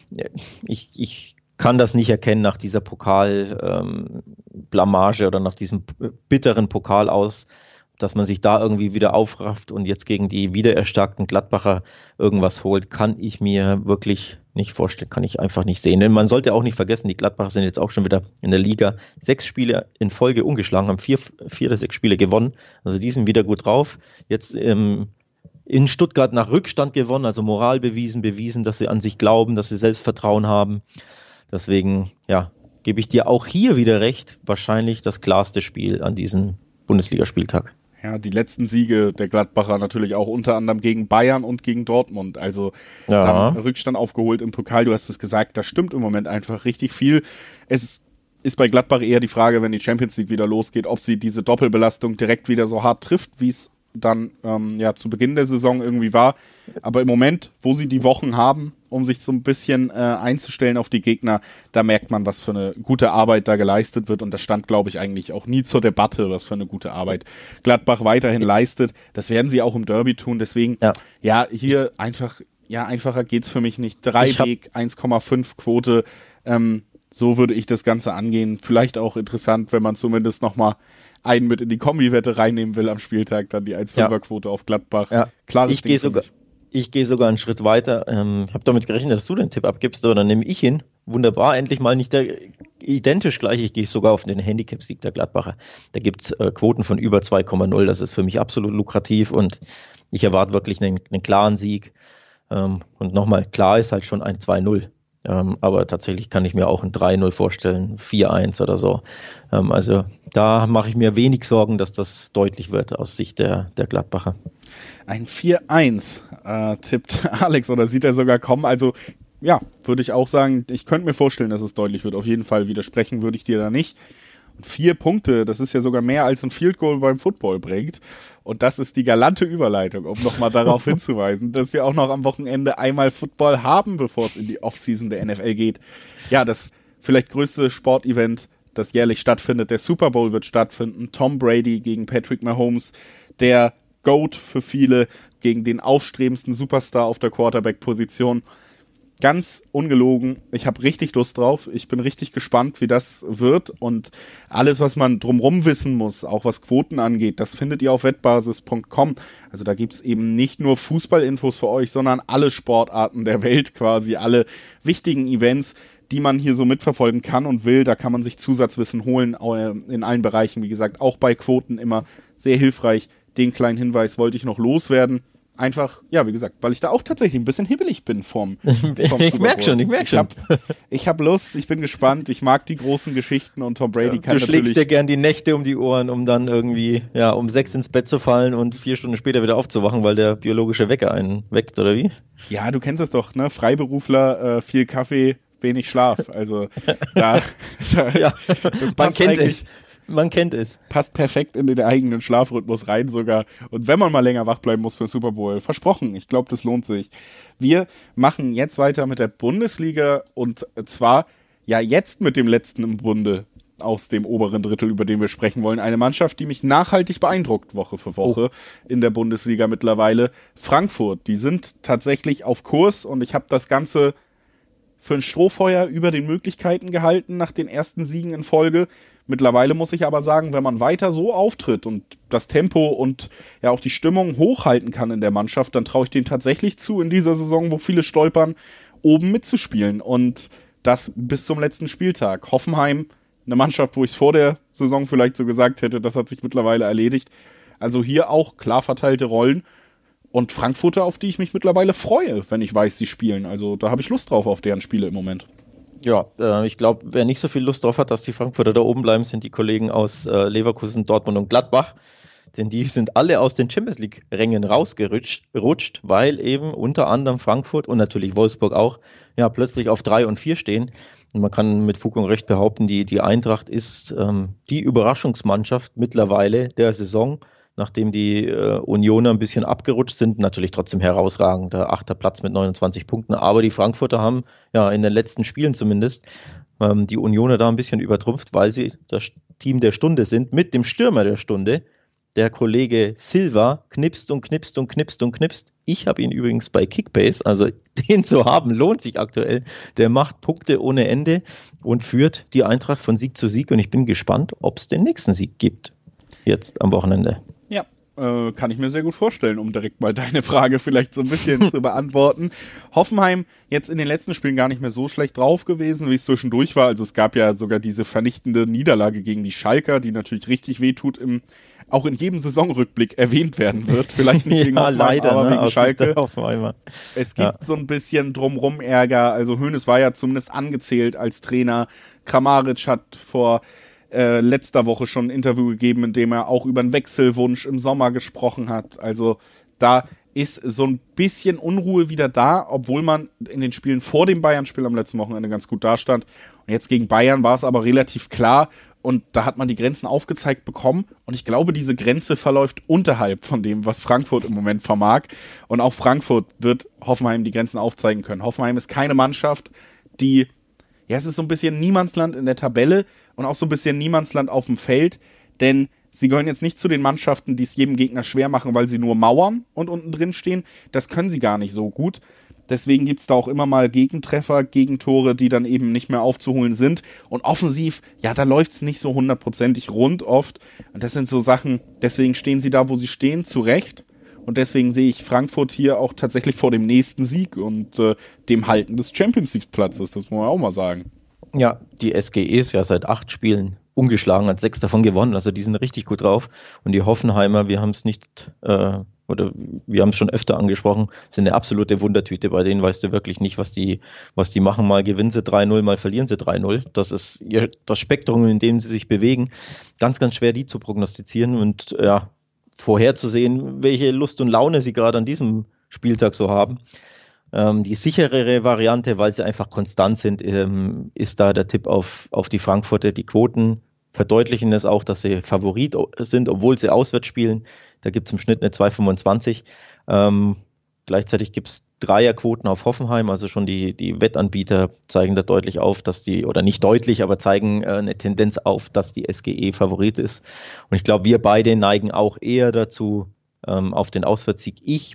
ich kann das nicht erkennen nach dieser Pokal-Blamage oder nach diesem bitteren Pokal aus, dass man sich da irgendwie wieder aufrafft und jetzt gegen die wiedererstarkten Gladbacher irgendwas holt, kann ich mir wirklich nicht vorstellen, kann ich einfach nicht sehen. Denn man sollte auch nicht vergessen, die Gladbacher sind jetzt auch schon wieder in der Liga 6 Spiele in Folge ungeschlagen, haben 4 der 6 Spiele gewonnen, also die sind wieder gut drauf. Jetzt in Stuttgart nach Rückstand gewonnen, also Moral bewiesen, dass sie an sich glauben, dass sie Selbstvertrauen haben. Deswegen, gebe ich dir auch hier wieder recht, wahrscheinlich das klarste Spiel an diesem Bundesligaspieltag. Ja, die letzten Siege der Gladbacher natürlich auch unter anderem gegen Bayern und gegen Dortmund. Also dann Rückstand aufgeholt im Pokal, du hast es gesagt, das stimmt im Moment einfach richtig viel. Es ist bei Gladbach eher die Frage, wenn die Champions League wieder losgeht, ob sie diese Doppelbelastung direkt wieder so hart trifft, wie es dann zu Beginn der Saison irgendwie war. Aber im Moment, wo sie die Wochen haben, um sich so ein bisschen einzustellen auf die Gegner, da merkt man, was für eine gute Arbeit da geleistet wird. Und das stand, glaube ich, eigentlich auch nie zur Debatte, was für eine gute Arbeit Gladbach weiterhin leistet. Das werden sie auch im Derby tun. Deswegen, hier einfacher geht's für mich nicht. 3 Weg, 1,5 Quote. So würde ich das Ganze angehen. Vielleicht auch interessant, wenn man zumindest nochmal einen mit in die Kombi-Wette reinnehmen will am Spieltag, dann die 1,5er-Quote auf Gladbach. Ja. Klares Ding Ich gehe sogar einen Schritt weiter. Habe damit gerechnet, dass du den Tipp abgibst, aber dann nehme ich ihn. Wunderbar, endlich mal nicht identisch gleich. Ich gehe sogar auf den Handicap-Sieg der Gladbacher. Da gibt es Quoten von über 2,0. Das ist für mich absolut lukrativ und ich erwarte wirklich einen klaren Sieg. Und nochmal, klar ist halt schon ein 2-0. Aber tatsächlich kann ich mir auch ein 3-0 vorstellen, 4-1 oder so. Also da mache ich mir wenig Sorgen, dass das deutlich wird aus Sicht der Gladbacher. Ein 4-1 tippt Alex oder sieht er sogar kommen. Also ja, würde ich auch sagen, ich könnte mir vorstellen, dass es deutlich wird. Auf jeden Fall widersprechen würde ich dir da nicht. Und 4 Punkte, das ist ja sogar mehr als ein Field Goal beim Football bringt. Und das ist die galante Überleitung, um nochmal darauf hinzuweisen, dass wir auch noch am Wochenende einmal Football haben, bevor es in die Offseason der NFL geht. Ja, das vielleicht größte Sportevent, das jährlich stattfindet. Der Super Bowl wird stattfinden. Tom Brady gegen Patrick Mahomes, der GOAT für viele, gegen den aufstrebendsten Superstar auf der Quarterback-Position. Ganz ungelogen, ich habe richtig Lust drauf. Ich bin richtig gespannt, wie das wird. Und alles, was man drumherum wissen muss, auch was Quoten angeht, das findet ihr auf wettbasis.com. Also da gibt's eben nicht nur Fußballinfos für euch, sondern alle Sportarten der Welt quasi, alle wichtigen Events, die man hier so mitverfolgen kann und will. Da kann man sich Zusatzwissen holen in allen Bereichen. Wie gesagt, auch bei Quoten immer sehr hilfreich. Den kleinen Hinweis wollte ich noch loswerden. Einfach, ja, wie gesagt, weil ich da auch tatsächlich ein bisschen hibbelig bin vom Ich merke schon. Ich hab Lust, ich bin gespannt, ich mag die großen Geschichten und Tom Brady kann natürlich... Du schlägst dir gern die Nächte um die Ohren, um dann irgendwie, ja, um 6 ins Bett zu fallen und 4 Stunden später wieder aufzuwachen, weil der biologische Wecker einen weckt, oder wie? Ja, du kennst es doch, ne? Freiberufler, viel Kaffee, wenig Schlaf. Also da ja, das man kennt es. Man kennt es. Passt perfekt in den eigenen Schlafrhythmus rein sogar. Und wenn man mal länger wach bleiben muss für den Super Bowl, versprochen, ich glaube, das lohnt sich. Wir machen jetzt weiter mit der Bundesliga und zwar ja jetzt mit dem letzten im Bunde aus dem oberen Drittel, über den wir sprechen wollen. Eine Mannschaft, die mich nachhaltig beeindruckt, Woche für Woche in der Bundesliga mittlerweile. Frankfurt, die sind tatsächlich auf Kurs und ich habe das Ganze für ein Strohfeuer über den Möglichkeiten gehalten nach den ersten Siegen in Folge. Mittlerweile muss ich aber sagen, wenn man weiter so auftritt und das Tempo und ja auch die Stimmung hochhalten kann in der Mannschaft, dann traue ich denen tatsächlich zu, in dieser Saison, wo viele stolpern, oben mitzuspielen. Und das bis zum letzten Spieltag. Hoffenheim, eine Mannschaft, wo ich vor der Saison vielleicht so gesagt hätte, das hat sich mittlerweile erledigt. Also hier auch klar verteilte Rollen. Und Frankfurter, auf die ich mich mittlerweile freue, wenn ich weiß, sie spielen. Also da habe ich Lust drauf auf deren Spiele im Moment. Ja, ich glaube, wer nicht so viel Lust drauf hat, dass die Frankfurter da oben bleiben, sind die Kollegen aus Leverkusen, Dortmund und Gladbach. Denn die sind alle aus den Champions-League-Rängen rausgerutscht, weil eben unter anderem Frankfurt und natürlich Wolfsburg auch ja plötzlich auf 3 und 4 stehen. Und man kann mit Fug und Recht behaupten, die Eintracht ist die Überraschungsmannschaft mittlerweile der Saison, nachdem die Unioner ein bisschen abgerutscht sind, natürlich trotzdem herausragend, der 8. Platz mit 29 Punkten, aber die Frankfurter haben ja in den letzten Spielen zumindest die Unioner da ein bisschen übertrumpft, weil sie das Team der Stunde sind, mit dem Stürmer der Stunde, der Kollege Silva, knipst und knipst und knipst und knipst. Ich habe ihn übrigens bei Kickbase, also den zu haben lohnt sich aktuell. Der macht Punkte ohne Ende und führt die Eintracht von Sieg zu Sieg und ich bin gespannt, ob es den nächsten Sieg gibt, jetzt am Wochenende. Ja, kann ich mir sehr gut vorstellen, um direkt mal deine Frage vielleicht so ein bisschen zu beantworten. Hoffenheim jetzt in den letzten Spielen gar nicht mehr so schlecht drauf gewesen, wie es zwischendurch war. Also es gab ja sogar diese vernichtende Niederlage gegen die Schalker, die natürlich richtig wehtut, auch in jedem Saisonrückblick erwähnt werden wird. Vielleicht nicht wegen Hoffenheim, leider, aber wegen Schalke. Es gibt Ja. so ein bisschen drumrum Ärger. Also Hoeneß war ja zumindest angezählt als Trainer. Kramaric hat vor letzter Woche schon ein Interview gegeben, in dem er auch über einen Wechselwunsch im Sommer gesprochen hat. Also da ist so ein bisschen Unruhe wieder da, obwohl man in den Spielen vor dem Bayern-Spiel am letzten Wochenende ganz gut dastand. Und jetzt gegen Bayern war es aber relativ klar und da hat man die Grenzen aufgezeigt bekommen. Und ich glaube, diese Grenze verläuft unterhalb von dem, was Frankfurt im Moment vermag. Und auch Frankfurt wird Hoffenheim die Grenzen aufzeigen können. Hoffenheim ist keine Mannschaft, die... Ja, es ist so ein bisschen Niemandsland in der Tabelle und auch so ein bisschen Niemandsland auf dem Feld, denn sie gehören jetzt nicht zu den Mannschaften, die es jedem Gegner schwer machen, weil sie nur mauern und unten drin stehen. Das können sie gar nicht so gut. Deswegen gibt's da auch immer mal Gegentreffer, Gegentore, die dann eben nicht mehr aufzuholen sind. Und offensiv, ja, da läuft's nicht so 100%ig rund oft. Und das sind so Sachen, deswegen stehen sie da, wo sie stehen, zu Recht. Und deswegen sehe ich Frankfurt hier auch tatsächlich vor dem nächsten Sieg und dem Halten des Champions-League-Platzes, das muss man auch mal sagen. Ja, die SGE ist ja seit 8 Spielen ungeschlagen, hat 6 davon gewonnen, also die sind richtig gut drauf. Und die Hoffenheimer, wir haben es nicht, oder wir haben es schon öfter angesprochen, sind eine absolute Wundertüte. Bei denen weißt du wirklich nicht, was die machen. Mal gewinnen sie 3-0, mal verlieren sie 3-0. Das ist das Spektrum, in dem sie sich bewegen. Ganz, ganz schwer, die zu prognostizieren und ja, vorherzusehen, welche Lust und Laune sie gerade an diesem Spieltag so haben. Die sicherere Variante, weil sie einfach konstant sind, ist da der Tipp auf die Frankfurter. Die Quoten verdeutlichen es auch, dass sie Favorit sind, obwohl sie auswärts spielen. Da gibt es im Schnitt eine 2,25. Gleichzeitig gibt es Dreierquoten auf Hoffenheim, also schon die Wettanbieter zeigen da deutlich auf, dass oder nicht deutlich, aber zeigen eine Tendenz auf, dass die SGE Favorit ist. Und ich glaube, wir beide neigen auch eher dazu, auf den Auswärtssieg. Ich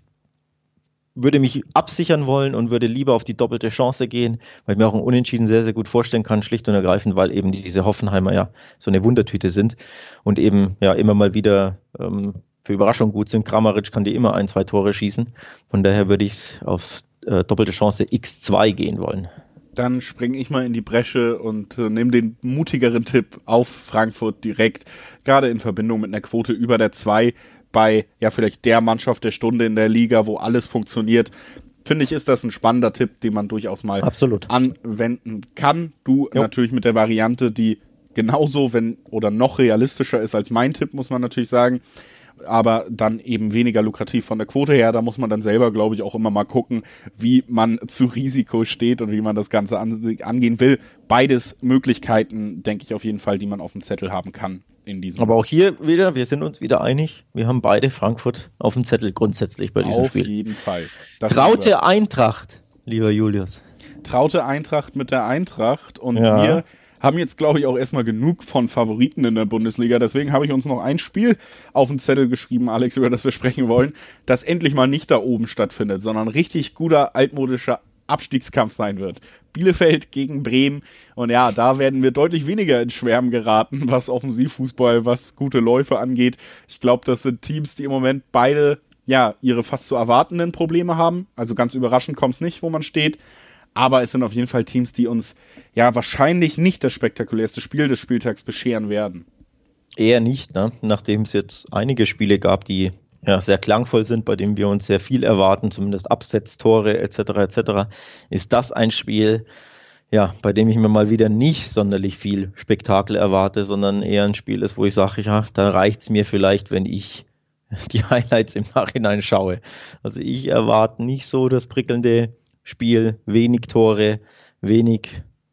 würde mich absichern wollen und würde lieber auf die doppelte Chance gehen, weil ich mir auch ein Unentschieden sehr, sehr gut vorstellen kann, schlicht und ergreifend, weil eben diese Hoffenheimer ja so eine Wundertüte sind und eben ja immer mal wieder für Überraschung gut sind. Kramaric kann dir immer 1, 2 Tore schießen. Von daher würde ich auf doppelte Chance x2 gehen wollen. Dann springe ich mal in die Bresche und nehme den mutigeren Tipp auf Frankfurt direkt, gerade in Verbindung mit einer Quote über der 2 bei ja vielleicht der Mannschaft der Stunde in der Liga, wo alles funktioniert. Finde ich, ist das ein spannender Tipp, den man durchaus mal anwenden kann. Du natürlich mit der Variante, die genauso, wenn oder noch realistischer ist als mein Tipp, muss man natürlich sagen, aber dann eben weniger lukrativ von der Quote her. Da muss man dann selber, glaube ich, auch immer mal gucken, wie man zu Risiko steht und wie man das Ganze angehen will. Beides Möglichkeiten, denke ich auf jeden Fall, die man auf dem Zettel haben kann. Aber auch hier wieder, wir sind uns wieder einig, wir haben beide Frankfurt auf dem Zettel grundsätzlich bei diesem Spiel. Auf jeden Fall. Traute Eintracht, lieber Julius. Traute Eintracht mit der Eintracht und wir haben jetzt, glaube ich, auch erstmal genug von Favoriten in der Bundesliga. Deswegen habe ich uns noch ein Spiel auf den Zettel geschrieben, Alex, über das wir sprechen wollen, das endlich mal nicht da oben stattfindet, sondern richtig guter, altmodischer Abstiegskampf sein wird. Bielefeld gegen Bremen. Und ja, da werden wir deutlich weniger in Schwärmen geraten, was Offensivfußball, was gute Läufe angeht. Ich glaube, das sind Teams, die im Moment beide ja ihre fast zu erwartenden Probleme haben. Also ganz überraschend kommt es nicht, wo man steht. Aber es sind auf jeden Fall Teams, die uns ja wahrscheinlich nicht das spektakulärste Spiel des Spieltags bescheren werden. Eher nicht, ne? Nachdem es jetzt einige Spiele gab, die ja sehr klangvoll sind, bei denen wir uns sehr viel erwarten, zumindest Absetztore etc., ist das ein Spiel, ja, bei dem ich mir mal wieder nicht sonderlich viel Spektakel erwarte, sondern eher ein Spiel ist, wo ich sage, ja, da reicht es mir vielleicht, wenn ich die Highlights im Nachhinein schaue. Also ich erwarte nicht so das prickelnde Spiel, wenig Tore, wenig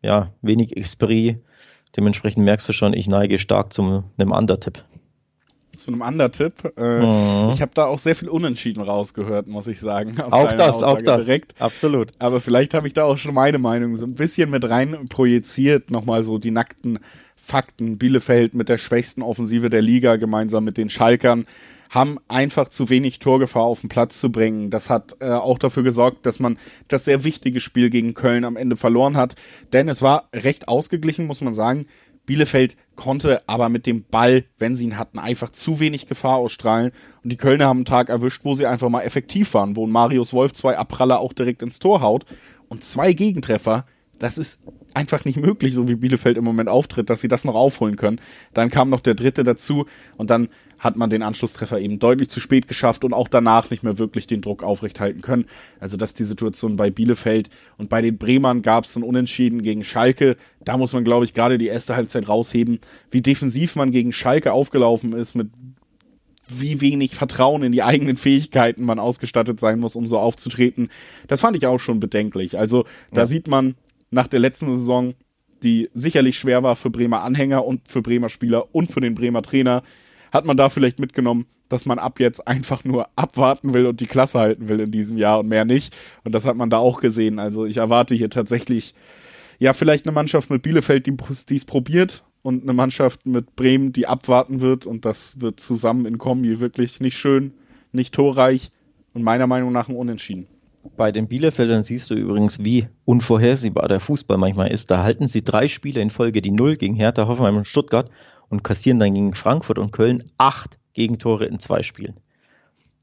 Esprit. Dementsprechend merkst du schon, ich neige stark zu einem Undertipp. Zu einem Undertipp. Ich habe da auch sehr viel Unentschieden rausgehört, muss ich sagen. Auch das. Direkt. Absolut. Aber vielleicht habe ich da auch schon meine Meinung so ein bisschen mit rein projiziert. Nochmal so die nackten Fakten. Bielefeld mit der schwächsten Offensive der Liga, gemeinsam mit den Schalkern, haben einfach zu wenig Torgefahr auf den Platz zu bringen. Das hat auch dafür gesorgt, dass man das sehr wichtige Spiel gegen Köln am Ende verloren hat. Denn es war recht ausgeglichen, muss man sagen. Bielefeld konnte aber mit dem Ball, wenn sie ihn hatten, einfach zu wenig Gefahr ausstrahlen. Und die Kölner haben einen Tag erwischt, wo sie einfach mal effektiv waren, wo Marius Wolf 2 Abpraller auch direkt ins Tor haut. Und 2 Gegentreffer, das ist einfach nicht möglich, so wie Bielefeld im Moment auftritt, dass sie das noch aufholen können. Dann kam noch der 3. dazu und dann hat man den Anschlusstreffer eben deutlich zu spät geschafft und auch danach nicht mehr wirklich den Druck aufrechthalten können. Also das ist die Situation bei Bielefeld. Und bei den Bremern gab es ein Unentschieden gegen Schalke. Da muss man, glaube ich, gerade die erste Halbzeit rausheben, wie defensiv man gegen Schalke aufgelaufen ist, mit wie wenig Vertrauen in die eigenen Fähigkeiten man ausgestattet sein muss, um so aufzutreten. Das fand ich auch schon bedenklich. Also da sieht man nach der letzten Saison, die sicherlich schwer war für Bremer Anhänger und für Bremer Spieler und für den Bremer Trainer, hat man da vielleicht mitgenommen, dass man ab jetzt einfach nur abwarten will und die Klasse halten will in diesem Jahr und mehr nicht. Und das hat man da auch gesehen. Also ich erwarte hier tatsächlich, ja, vielleicht eine Mannschaft mit Bielefeld, die es probiert, und eine Mannschaft mit Bremen, die abwarten wird. Und das wird zusammen in Kombi wirklich nicht schön, nicht torreich und meiner Meinung nach ein Unentschieden. Bei den Bielefeldern siehst du übrigens, wie unvorhersehbar der Fußball manchmal ist. Da halten sie 3 Spiele in Folge die 0 gegen Hertha, Hoffenheim und Stuttgart und kassieren dann gegen Frankfurt und Köln 8 Gegentore in 2 Spielen.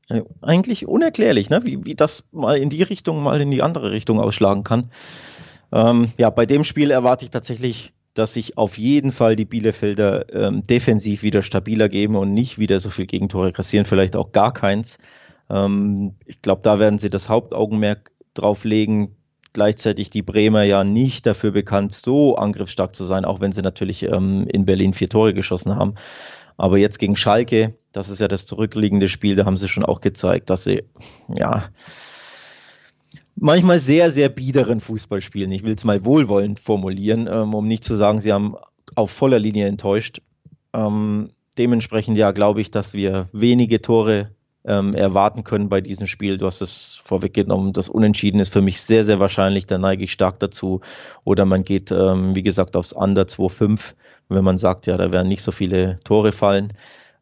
Eigentlich unerklärlich, ne? Wie das mal in die Richtung, mal in die andere Richtung ausschlagen kann. Ja, bei dem Spiel erwarte ich tatsächlich, dass sich auf jeden Fall die Bielefelder defensiv wieder stabiler geben und nicht wieder so viel Gegentore kassieren, vielleicht auch gar keins. Ich glaube, da werden sie das Hauptaugenmerk drauf legen. Gleichzeitig die Bremer ja nicht dafür bekannt, so angriffsstark zu sein, auch wenn sie natürlich in Berlin 4 Tore geschossen haben. Aber jetzt gegen Schalke, das ist ja das zurückliegende Spiel, da haben sie schon auch gezeigt, dass sie ja manchmal sehr, sehr biederen Fußball spielen. Ich will es mal wohlwollend formulieren, um nicht zu sagen, sie haben auf voller Linie enttäuscht. Dementsprechend ja, glaube ich, dass wir wenige Tore erwarten können bei diesem Spiel. Du hast es vorweggenommen, das Unentschieden ist für mich sehr, sehr wahrscheinlich, da neige ich stark dazu. Oder man geht, wie gesagt, aufs Under 2,5, wenn man sagt, ja, da werden nicht so viele Tore fallen.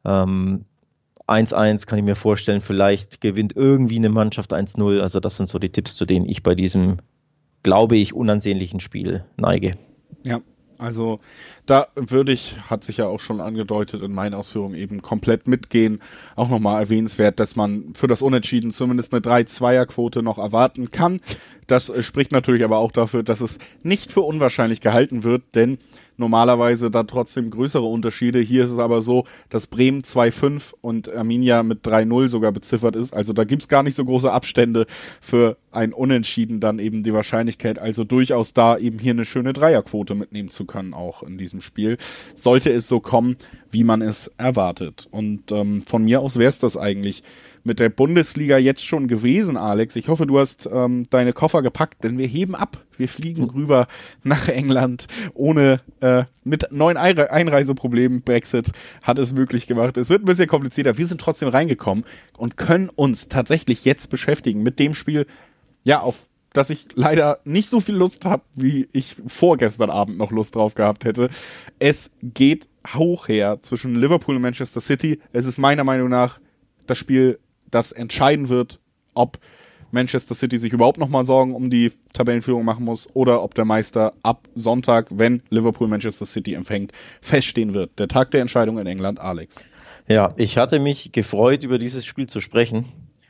1-1 kann ich mir vorstellen, vielleicht gewinnt irgendwie eine Mannschaft 1-0. Also das sind so die Tipps, zu denen ich bei diesem, glaube ich, unansehnlichen Spiel neige. Ja, also da würde ich, hat sich ja auch schon angedeutet in meinen Ausführungen, eben komplett mitgehen. Auch nochmal erwähnenswert, dass man für das Unentschieden zumindest eine 3-2er-Quote noch erwarten kann. Das spricht natürlich aber auch dafür, dass es nicht für unwahrscheinlich gehalten wird, denn normalerweise da trotzdem größere Unterschiede. Hier ist es aber so, dass Bremen 2-5 und Arminia mit 3-0 sogar beziffert ist. Also da gibt's gar nicht so große Abstände für ein Unentschieden, dann eben die Wahrscheinlichkeit. Also durchaus da eben hier eine schöne Dreierquote mitnehmen zu können, auch in diesem Spiel. Sollte es so kommen, wie man es erwartet. Und von mir aus wäre es das eigentlich mit der Bundesliga jetzt schon gewesen, Alex. Ich hoffe, du hast deine Koffer gepackt, denn wir heben ab. Wir fliegen rüber nach England ohne mit neuen Einreiseproblemen. Brexit hat es möglich gemacht. Es wird ein bisschen komplizierter. Wir sind trotzdem reingekommen und können uns tatsächlich jetzt beschäftigen mit dem Spiel, ja, auf das ich leider nicht so viel Lust habe, wie ich vorgestern Abend noch Lust drauf gehabt hätte. Es geht hoch her zwischen Liverpool und Manchester City. Es ist meiner Meinung nach das Spiel, das entscheiden wird, ob Manchester City sich überhaupt nochmal Sorgen um die Tabellenführung machen muss oder ob der Meister ab Sonntag, wenn Liverpool Manchester City empfängt, feststehen wird. Der Tag der Entscheidung in England, Alex. Ja, ich hatte mich gefreut, über dieses Spiel zu sprechen.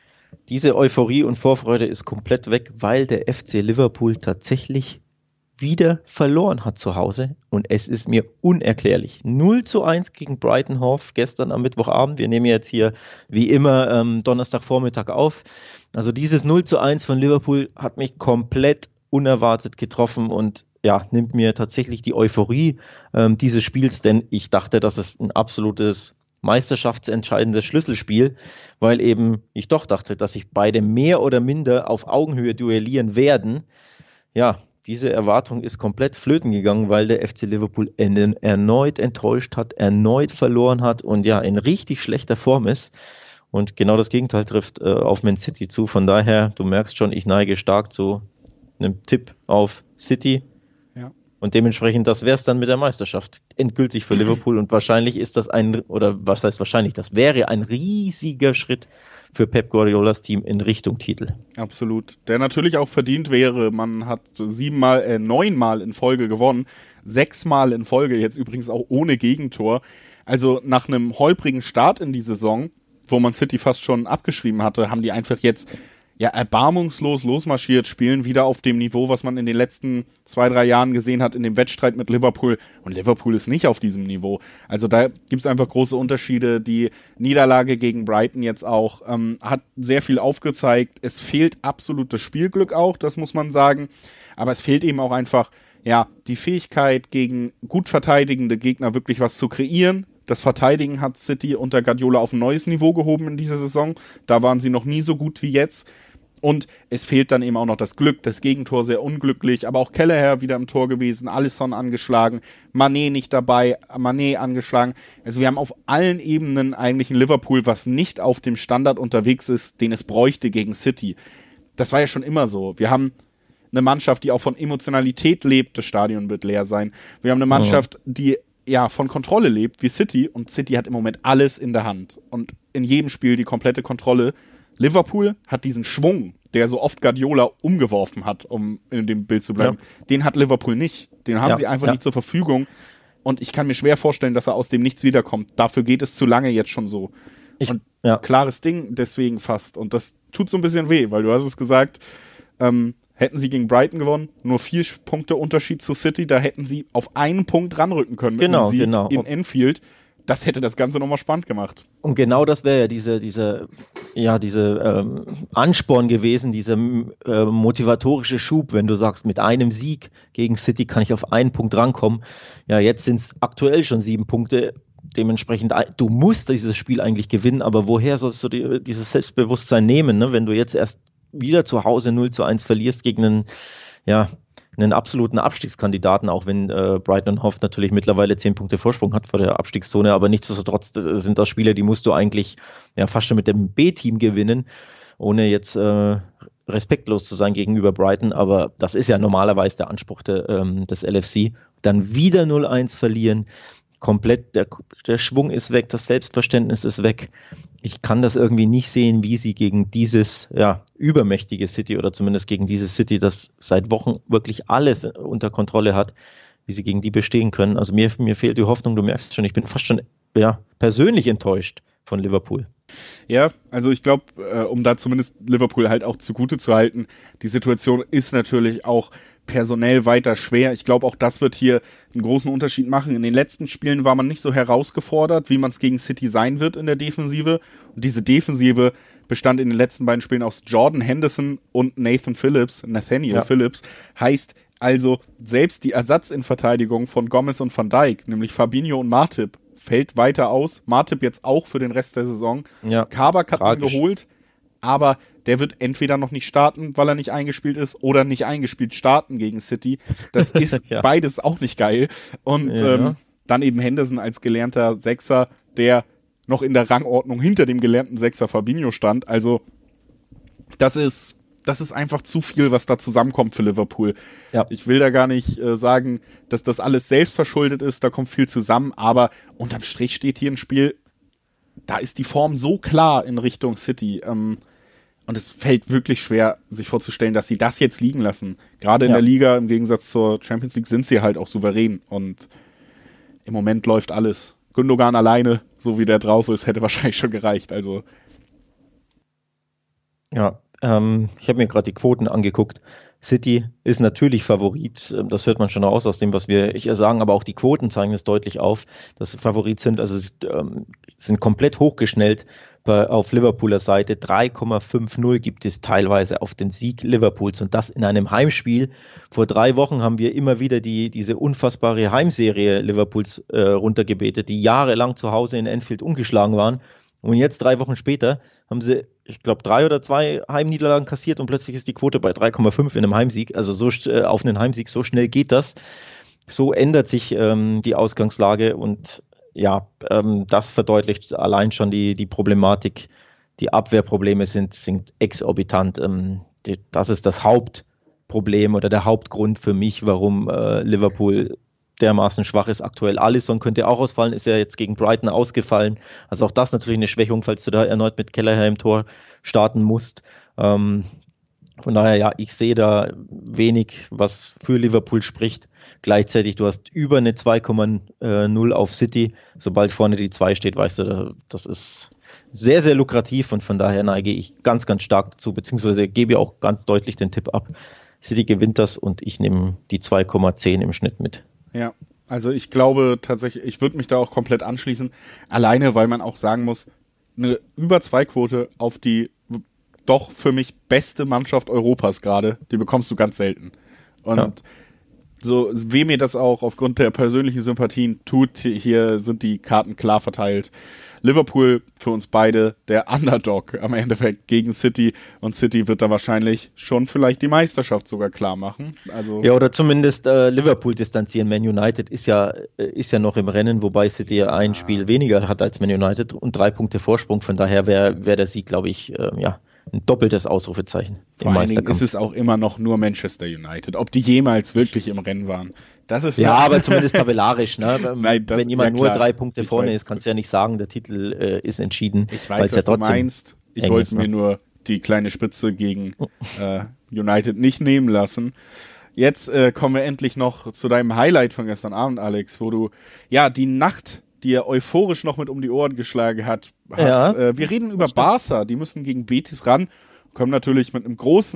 Diese Euphorie und Vorfreude ist komplett weg, weil der FC Liverpool tatsächlich wieder verloren hat zu Hause und es ist mir unerklärlich. 0-1 gegen Brighton Hove gestern am Mittwochabend. Wir nehmen jetzt hier wie immer Donnerstagvormittag auf. Also dieses 0-1 von Liverpool hat mich komplett unerwartet getroffen und ja, nimmt mir tatsächlich die Euphorie dieses Spiels, denn ich dachte, das ist ein absolutes meisterschaftsentscheidendes Schlüsselspiel, weil eben ich doch dachte, dass sich beide mehr oder minder auf Augenhöhe duellieren werden. Ja, diese Erwartung ist komplett flöten gegangen, weil der FC Liverpool erneut enttäuscht hat, erneut verloren hat und ja, in richtig schlechter Form ist. Und genau das Gegenteil trifft auf Man City zu. Von daher, du merkst schon, ich neige stark zu einem Tipp auf City. Ja. Und dementsprechend, das wäre es dann mit der Meisterschaft. Endgültig für Liverpool. Und wahrscheinlich ist das was heißt wahrscheinlich, das wäre ein riesiger Schritt für Pep Guardiolas Team in Richtung Titel. Absolut. Der natürlich auch verdient wäre. Man hat 9-mal in Folge gewonnen. 6-mal in Folge, jetzt übrigens auch ohne Gegentor. Also nach einem holprigen Start in die Saison, wo man City fast schon abgeschrieben hatte, haben die einfach jetzt erbarmungslos losmarschiert, spielen wieder auf dem Niveau, was man in den letzten 2-3 Jahren gesehen hat in dem Wettstreit mit Liverpool. Und Liverpool ist nicht auf diesem Niveau. Also da gibt's einfach große Unterschiede. Die Niederlage gegen Brighton jetzt auch hat sehr viel aufgezeigt. Es fehlt absolutes Spielglück auch, das muss man sagen. Aber es fehlt eben auch einfach die Fähigkeit, gegen gut verteidigende Gegner wirklich was zu kreieren. Das Verteidigen hat City unter Guardiola auf ein neues Niveau gehoben in dieser Saison. Da waren sie noch nie so gut wie jetzt. Und es fehlt dann eben auch noch das Glück, das Gegentor sehr unglücklich, aber auch Kelleher wieder im Tor gewesen, Alisson angeschlagen, Mané nicht dabei, Mané angeschlagen. Also wir haben auf allen Ebenen eigentlich ein Liverpool, was nicht auf dem Standard unterwegs ist, den es bräuchte gegen City. Das war ja schon immer so. Wir haben eine Mannschaft, die auch von Emotionalität lebt, das Stadion wird leer sein. Wir haben eine Mannschaft, die von Kontrolle lebt, wie City, und City hat im Moment alles in der Hand und in jedem Spiel die komplette Kontrolle. Liverpool hat diesen Schwung, der so oft Guardiola umgeworfen hat, um in dem Bild zu bleiben. Ja. Den hat Liverpool nicht. Den haben sie einfach nicht zur Verfügung. Und ich kann mir schwer vorstellen, dass er aus dem Nichts wiederkommt. Dafür geht es zu lange jetzt schon so. Klares Ding deswegen fast. Und das tut so ein bisschen weh, weil du hast es gesagt, hätten sie gegen Brighton gewonnen, nur 4 Punkte Unterschied zu City, da hätten sie auf einen Punkt ranrücken können mit einem Sieg in Anfield. Das hätte das Ganze nochmal spannend gemacht. Und genau das wäre ja diese Ansporn gewesen, dieser motivatorische Schub, wenn du sagst, mit einem Sieg gegen City kann ich auf einen Punkt rankommen. Ja, jetzt sind es aktuell schon 7 Punkte. Dementsprechend, du musst dieses Spiel eigentlich gewinnen, aber woher sollst du dieses Selbstbewusstsein nehmen, ne? Wenn du jetzt erst wieder zu Hause 0-1 verlierst gegen einen absoluten Abstiegskandidaten, auch wenn Brighton und Hove natürlich mittlerweile 10 Punkte Vorsprung hat vor der Abstiegszone, aber nichtsdestotrotz sind das Spiele, die musst du eigentlich fast schon mit dem B-Team gewinnen, ohne jetzt respektlos zu sein gegenüber Brighton, aber das ist ja normalerweise der Anspruch des LFC. Dann wieder 0-1 verlieren, komplett, der Schwung ist weg, das Selbstverständnis ist weg. Ich kann das irgendwie nicht sehen, wie sie gegen dieses übermächtige City oder zumindest gegen dieses City, das seit Wochen wirklich alles unter Kontrolle hat, wie sie gegen die bestehen können. Also mir fehlt die Hoffnung, du merkst schon, ich bin fast schon persönlich enttäuscht von Liverpool. Ja, also ich glaube, um da zumindest Liverpool halt auch zugute zu halten, die Situation ist natürlich auch personell weiter schwer. Ich glaube, auch das wird hier einen großen Unterschied machen. In den letzten Spielen war man nicht so herausgefordert, wie man es gegen City sein wird in der Defensive. Und diese Defensive bestand in den letzten beiden Spielen aus Jordan Henderson und Nathaniel Phillips. Heißt also, selbst die Ersatzinverteidigung von Gomez und Van Dijk, nämlich Fabinho und Matip, fällt weiter aus. Matip jetzt auch für den Rest der Saison. Ja, Kabak hat ihn geholt, aber der wird entweder noch nicht starten, weil er nicht eingespielt ist, oder nicht eingespielt starten gegen City. Das ist beides auch nicht geil. Und dann eben Henderson als gelernter Sechser, der noch in der Rangordnung hinter dem gelernten Sechser Fabinho stand. Also das ist einfach zu viel, was da zusammenkommt für Liverpool. Ja. Ich will da gar nicht sagen, dass das alles selbst verschuldet ist, da kommt viel zusammen, aber unterm Strich steht hier ein Spiel, da ist die Form so klar in Richtung City, und es fällt wirklich schwer, sich vorzustellen, dass sie das jetzt liegen lassen. Gerade in der Liga, im Gegensatz zur Champions League, sind sie halt auch souverän und im Moment läuft alles. Gündogan alleine, so wie der drauf ist, hätte wahrscheinlich schon gereicht, also. Ja, ich habe mir gerade die Quoten angeguckt. City ist natürlich Favorit, das hört man schon aus dem, was wir hier sagen, aber auch die Quoten zeigen es deutlich auf, dass sie Favorit sind, also sind komplett hochgeschnellt auf Liverpooler Seite. 3,50 gibt es teilweise auf den Sieg Liverpools und das in einem Heimspiel. Vor 3 Wochen haben wir immer wieder diese unfassbare Heimserie Liverpools runtergebetet, die jahrelang zu Hause in Anfield ungeschlagen waren. Und jetzt 3 Wochen später haben sie, ich glaube, 3 oder 2 Heimniederlagen kassiert und plötzlich ist die Quote bei 3,5 in einem Heimsieg. Also so auf einen Heimsieg, so schnell geht das. So ändert sich die Ausgangslage und das verdeutlicht allein schon die Problematik. Die Abwehrprobleme sind exorbitant. Das ist das Hauptproblem oder der Hauptgrund für mich, warum Liverpool dermaßen schwach ist aktuell. Alisson könnte auch ausfallen, ist ja jetzt gegen Brighton ausgefallen. Also auch das natürlich eine Schwächung, falls du da erneut mit Kelleher im Tor starten musst. Von daher, ich sehe da wenig, was für Liverpool spricht. Gleichzeitig, du hast über eine 2,0 auf City. Sobald vorne die 2 steht, weißt du, das ist sehr, sehr lukrativ und von daher neige ich ganz, ganz stark dazu, beziehungsweise gebe auch ganz deutlich den Tipp ab. City gewinnt das und ich nehme die 2,10 im Schnitt mit. Ja, also ich glaube tatsächlich, ich würde mich da auch komplett anschließen, alleine, weil man auch sagen muss, eine Über-2-Quote auf die doch für mich beste Mannschaft Europas gerade, die bekommst du ganz selten. Und so weh mir das auch aufgrund der persönlichen Sympathien tut, hier sind die Karten klar verteilt. Liverpool für uns beide der Underdog am Endeffekt gegen City und City wird da wahrscheinlich schon vielleicht die Meisterschaft sogar klar machen. Also ja, oder zumindest Liverpool distanzieren. Man United ist ja noch im Rennen, wobei City ein Spiel weniger hat als Man United und 3 Punkte Vorsprung. Von daher wäre der Sieg, glaube ich, ein doppeltes Ausrufezeichen. Vor allen Dingen ist es auch immer noch nur Manchester United. Ob die jemals wirklich im Rennen waren. Das ist aber zumindest tabellarisch. Ne? Nein, wenn jemand nur 3 Punkte vorne ist, kannst du ja nicht sagen, der Titel ist entschieden. Ich weiß, was du meinst. Ich wollte mir nur die kleine Spitze gegen United nicht nehmen lassen. Jetzt kommen wir endlich noch zu deinem Highlight von gestern Abend, Alex, wo du die Nacht dir euphorisch noch mit um die Ohren geschlagen hast. Wir reden über Barca. Die müssen gegen Betis ran, kommen natürlich mit einem großen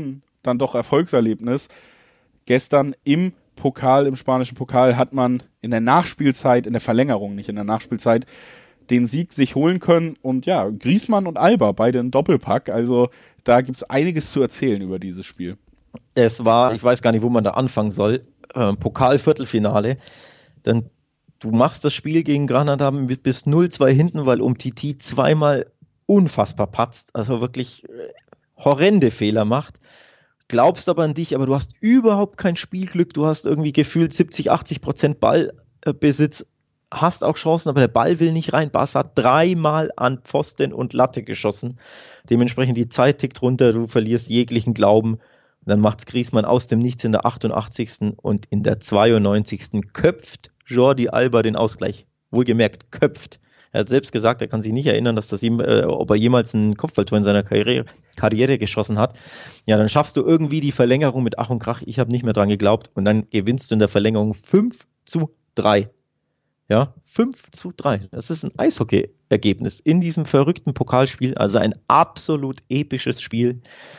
dann doch Erfolgserlebnis. Gestern im spanischen Pokal, hat man in der Nachspielzeit, in der Verlängerung, nicht in der Nachspielzeit, den Sieg sich holen können. Und ja, Griezmann und Alba, beide im Doppelpack. Also da gibt es einiges zu erzählen über dieses Spiel. Es war, ich weiß gar nicht, wo man da anfangen soll, Pokal-Viertelfinale. Dann du machst das Spiel gegen Granada bis 0-2 hinten, weil Umtiti zweimal unfassbar patzt, also wirklich horrende Fehler macht. Glaubst aber an dich, aber du hast überhaupt kein Spielglück, du hast irgendwie gefühlt 70-80% Ballbesitz, hast auch Chancen, aber der Ball will nicht rein. Barca hat 3-mal an Pfosten und Latte geschossen. Dementsprechend die Zeit tickt runter, du verlierst jeglichen Glauben. Und dann macht's Griezmann aus dem Nichts in der 88. und in der 92. köpft Jordi Alba den Ausgleich. Wohlgemerkt, köpft. Er hat selbst gesagt, er kann sich nicht erinnern, dass ob er jemals ein Kopfballtor in seiner Karriere geschossen hat. Ja, dann schaffst du irgendwie die Verlängerung mit Ach und Krach. Ich habe nicht mehr dran geglaubt. Und dann gewinnst du in der Verlängerung 5-3. Ja, 5-3. Das ist ein Eishockey-Ergebnis in diesem verrückten Pokalspiel. Also ein absolut episches Spiel.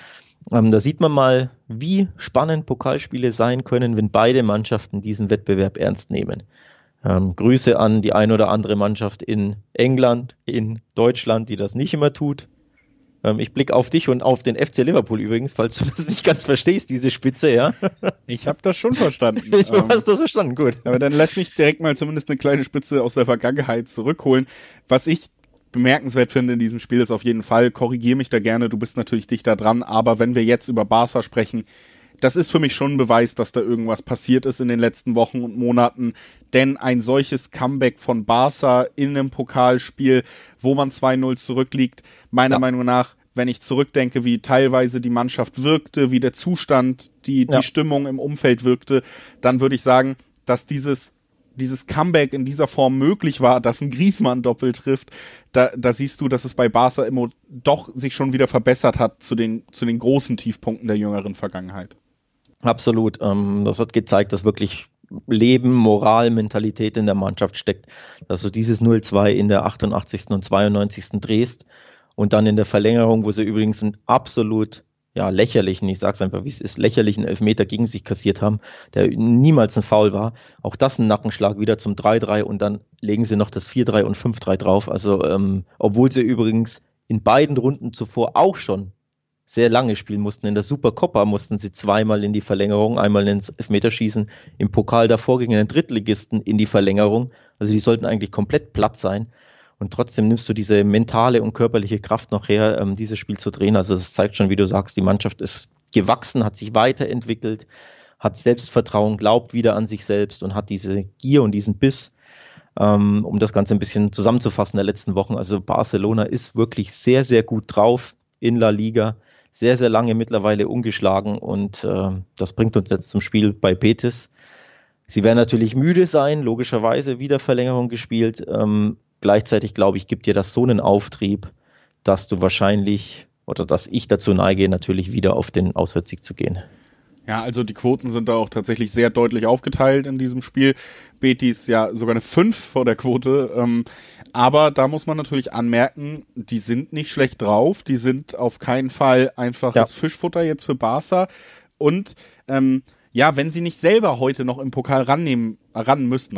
Da sieht man mal, wie spannend Pokalspiele sein können, wenn beide Mannschaften diesen Wettbewerb ernst nehmen. Grüße an die ein oder andere Mannschaft in England, in Deutschland, die das nicht immer tut. Ich blicke auf dich und auf den FC Liverpool übrigens, falls du das nicht ganz verstehst, diese Spitze, ja. Ich habe das schon verstanden. Du hast das verstanden, gut. Aber dann lass mich direkt mal zumindest eine kleine Spitze aus der Vergangenheit zurückholen. Was ich bemerkenswert finde in diesem Spiel ist auf jeden Fall, korrigiere mich da gerne, du bist natürlich dichter dran, aber wenn wir jetzt über Barca sprechen, das ist für mich schon ein Beweis, dass da irgendwas passiert ist in den letzten Wochen und Monaten, denn ein solches Comeback von Barca in einem Pokalspiel, wo man 2-0 zurückliegt, meiner Meinung nach, wenn ich zurückdenke, wie teilweise die Mannschaft wirkte, wie der Zustand, die Stimmung im Umfeld wirkte, dann würde ich sagen, dass dieses Comeback in dieser Form möglich war, dass ein Griezmann doppel trifft, da siehst du, dass es bei Barca immer doch sich schon wieder verbessert hat zu den großen Tiefpunkten der jüngeren Vergangenheit. Absolut. Das hat gezeigt, dass wirklich Leben, Moral, Mentalität in der Mannschaft steckt, dass du dieses 0-2 in der 88. und 92. drehst und dann in der Verlängerung, wo sie übrigens einen absolut lächerlichen, ich sag's einfach, wie es ist, lächerlichen Elfmeter gegen sich kassiert haben, der niemals ein Foul war. Auch das ein Nackenschlag wieder zum 3-3 und dann legen sie noch das 4-3 und 5-3 drauf. Also, obwohl sie übrigens in beiden Runden zuvor auch schon sehr lange spielen mussten. In der Supercopa mussten sie zweimal in die Verlängerung, einmal ins Elfmeterschießen, im Pokal davor gegen einen Drittligisten in die Verlängerung. Also die sollten eigentlich komplett platt sein. Und trotzdem nimmst du diese mentale und körperliche Kraft noch her, dieses Spiel zu drehen. Also das zeigt schon, wie du sagst, die Mannschaft ist gewachsen, hat sich weiterentwickelt, hat Selbstvertrauen, glaubt wieder an sich selbst und hat diese Gier und diesen Biss, um das Ganze ein bisschen zusammenzufassen der letzten Wochen. Also Barcelona ist wirklich sehr, sehr gut drauf in La Liga. Sehr, sehr lange mittlerweile ungeschlagen und das bringt uns jetzt zum Spiel bei Betis. Sie werden natürlich müde sein, logischerweise wieder Verlängerung gespielt. Gleichzeitig, glaube ich, gibt dir das so einen Auftrieb, dass du wahrscheinlich oder dass ich dazu neige, natürlich wieder auf den Auswärtssieg zu gehen. Ja, also die Quoten sind da auch tatsächlich sehr deutlich aufgeteilt in diesem Spiel. Betis ja sogar eine 5 vor der Quote. Aber da muss man natürlich anmerken, die sind nicht schlecht drauf. Die sind auf keinen Fall einfach das Fischfutter jetzt für Barca. Und wenn sie nicht selber heute noch im Pokal ran müssten,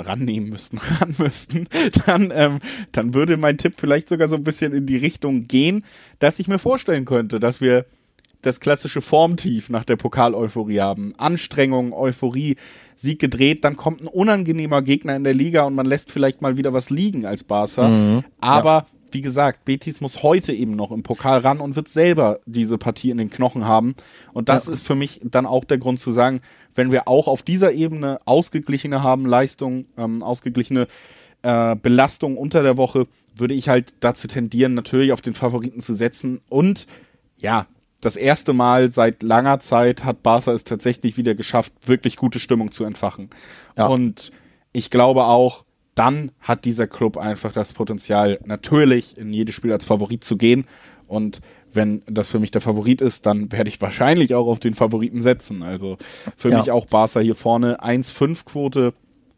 dann würde mein Tipp vielleicht sogar so ein bisschen in die Richtung gehen, dass ich mir vorstellen könnte, dass wir das klassische Formtief nach der Pokal-Euphorie haben. Anstrengung, Euphorie, Sieg gedreht, dann kommt ein unangenehmer Gegner in der Liga und man lässt vielleicht mal wieder was liegen als Barca. Aber wie gesagt, Betis muss heute eben noch im Pokal ran und wird selber diese Partie in den Knochen haben. Und das ist für mich dann auch der Grund zu sagen, wenn wir auch auf dieser Ebene ausgeglichene haben, Leistung, ausgeglichene Belastung unter der Woche, würde ich halt dazu tendieren, natürlich auf den Favoriten zu setzen. Und das erste Mal seit langer Zeit hat Barca es tatsächlich wieder geschafft, wirklich gute Stimmung zu entfachen. Ja. Und ich glaube auch, dann hat dieser Club einfach das Potenzial, natürlich in jedes Spiel als Favorit zu gehen. Und wenn das für mich der Favorit ist, dann werde ich wahrscheinlich auch auf den Favoriten setzen. Also für mich auch Barca hier vorne 1,5 Quote.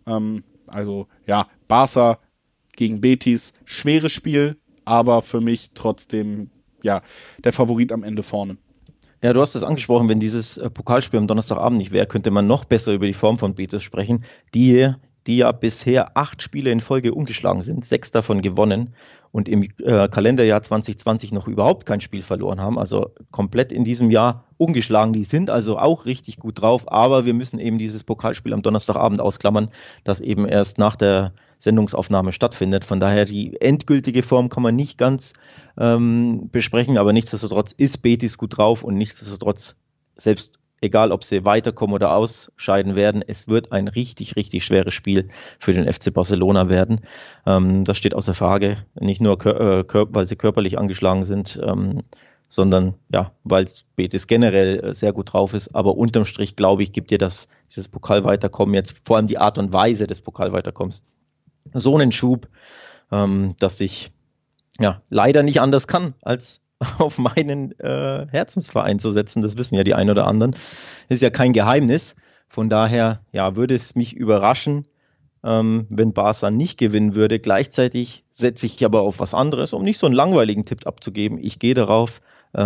Barca gegen Betis, schweres Spiel, aber für mich trotzdem der Favorit am Ende vorne. Ja, du hast es angesprochen, wenn dieses Pokalspiel am Donnerstagabend nicht wäre, könnte man noch besser über die Form von Betis sprechen, die ja bisher 8 Spiele in Folge ungeschlagen sind, 6 davon gewonnen und im Kalenderjahr 2020 noch überhaupt kein Spiel verloren haben, also komplett in diesem Jahr ungeschlagen. Die sind also auch richtig gut drauf, aber wir müssen eben dieses Pokalspiel am Donnerstagabend ausklammern, das eben erst nach der Sendungsaufnahme stattfindet. Von daher die endgültige Form kann man nicht ganz besprechen, aber nichtsdestotrotz ist Betis gut drauf und nichtsdestotrotz, selbst egal ob sie weiterkommen oder ausscheiden werden, es wird ein richtig, richtig schweres Spiel für den FC Barcelona werden. Das steht außer Frage, nicht nur weil sie körperlich angeschlagen sind, sondern ja, weil Betis generell sehr gut drauf ist. Aber unterm Strich, glaube ich, gibt dir dieses Pokalweiterkommen jetzt, vor allem die Art und Weise des Pokalweiterkommens, so einen Schub, dass ich ja leider nicht anders kann, als auf meinen Herzensverein zu setzen. Das wissen ja die ein oder anderen. Ist ja kein Geheimnis. Von daher ja, würde es mich überraschen, wenn Barca nicht gewinnen würde. Gleichzeitig setze ich aber auf was anderes, um nicht so einen langweiligen Tipp abzugeben. Ich gehe darauf,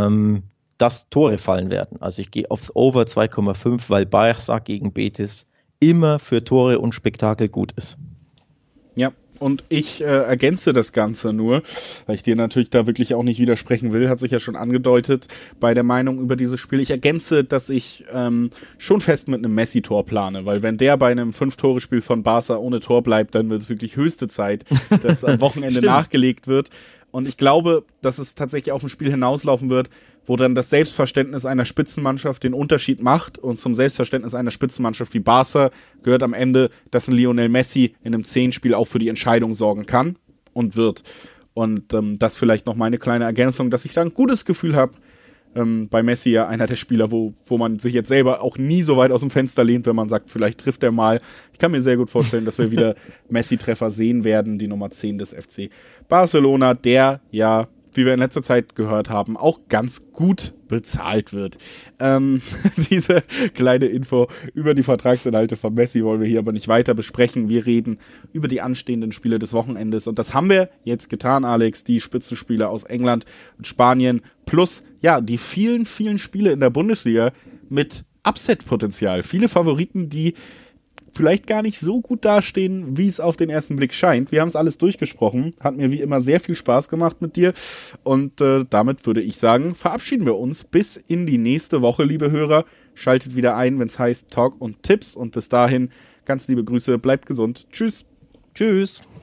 dass Tore fallen werden. Also ich gehe aufs Over 2,5, weil Barca gegen Betis immer für Tore und Spektakel gut ist. Ja, und ich ergänze das Ganze nur, weil ich dir natürlich da wirklich auch nicht widersprechen will, hat sich ja schon angedeutet bei der Meinung über dieses Spiel. Ich ergänze, dass ich schon fest mit einem Messi-Tor plane, weil wenn der bei einem 5-Tore-Spiel von Barca ohne Tor bleibt, dann wird es wirklich höchste Zeit, dass am Wochenende nachgelegt wird. Und ich glaube, dass es tatsächlich auf ein Spiel hinauslaufen wird, wo dann das Selbstverständnis einer Spitzenmannschaft den Unterschied macht. Und zum Selbstverständnis einer Spitzenmannschaft wie Barca gehört am Ende, dass ein Lionel Messi in einem 10-Spiel auch für die Entscheidung sorgen kann und wird. Und das vielleicht noch meine kleine Ergänzung, dass ich da ein gutes Gefühl habe. Bei Messi ja einer der Spieler, wo man sich jetzt selber auch nie so weit aus dem Fenster lehnt, wenn man sagt, vielleicht trifft er mal. Ich kann mir sehr gut vorstellen, dass wir wieder Messi-Treffer sehen werden, die Nummer 10 des FC Barcelona, der ja, wie wir in letzter Zeit gehört haben, auch ganz gut bezahlt wird. Diese kleine Info über die Vertragsinhalte von Messi wollen wir hier aber nicht weiter besprechen. Wir reden über die anstehenden Spiele des Wochenendes und das haben wir jetzt getan, Alex. Die Spitzenspieler aus England und Spanien plus ja die vielen, vielen Spiele in der Bundesliga mit Upset-Potenzial. Viele Favoriten, die vielleicht gar nicht so gut dastehen, wie es auf den ersten Blick scheint. Wir haben es alles durchgesprochen. Hat mir wie immer sehr viel Spaß gemacht mit dir. Und damit würde ich sagen, verabschieden wir uns bis in die nächste Woche, liebe Hörer. Schaltet wieder ein, wenn es heißt Talk und Tipps. Und bis dahin, ganz liebe Grüße, bleibt gesund. Tschüss. Tschüss.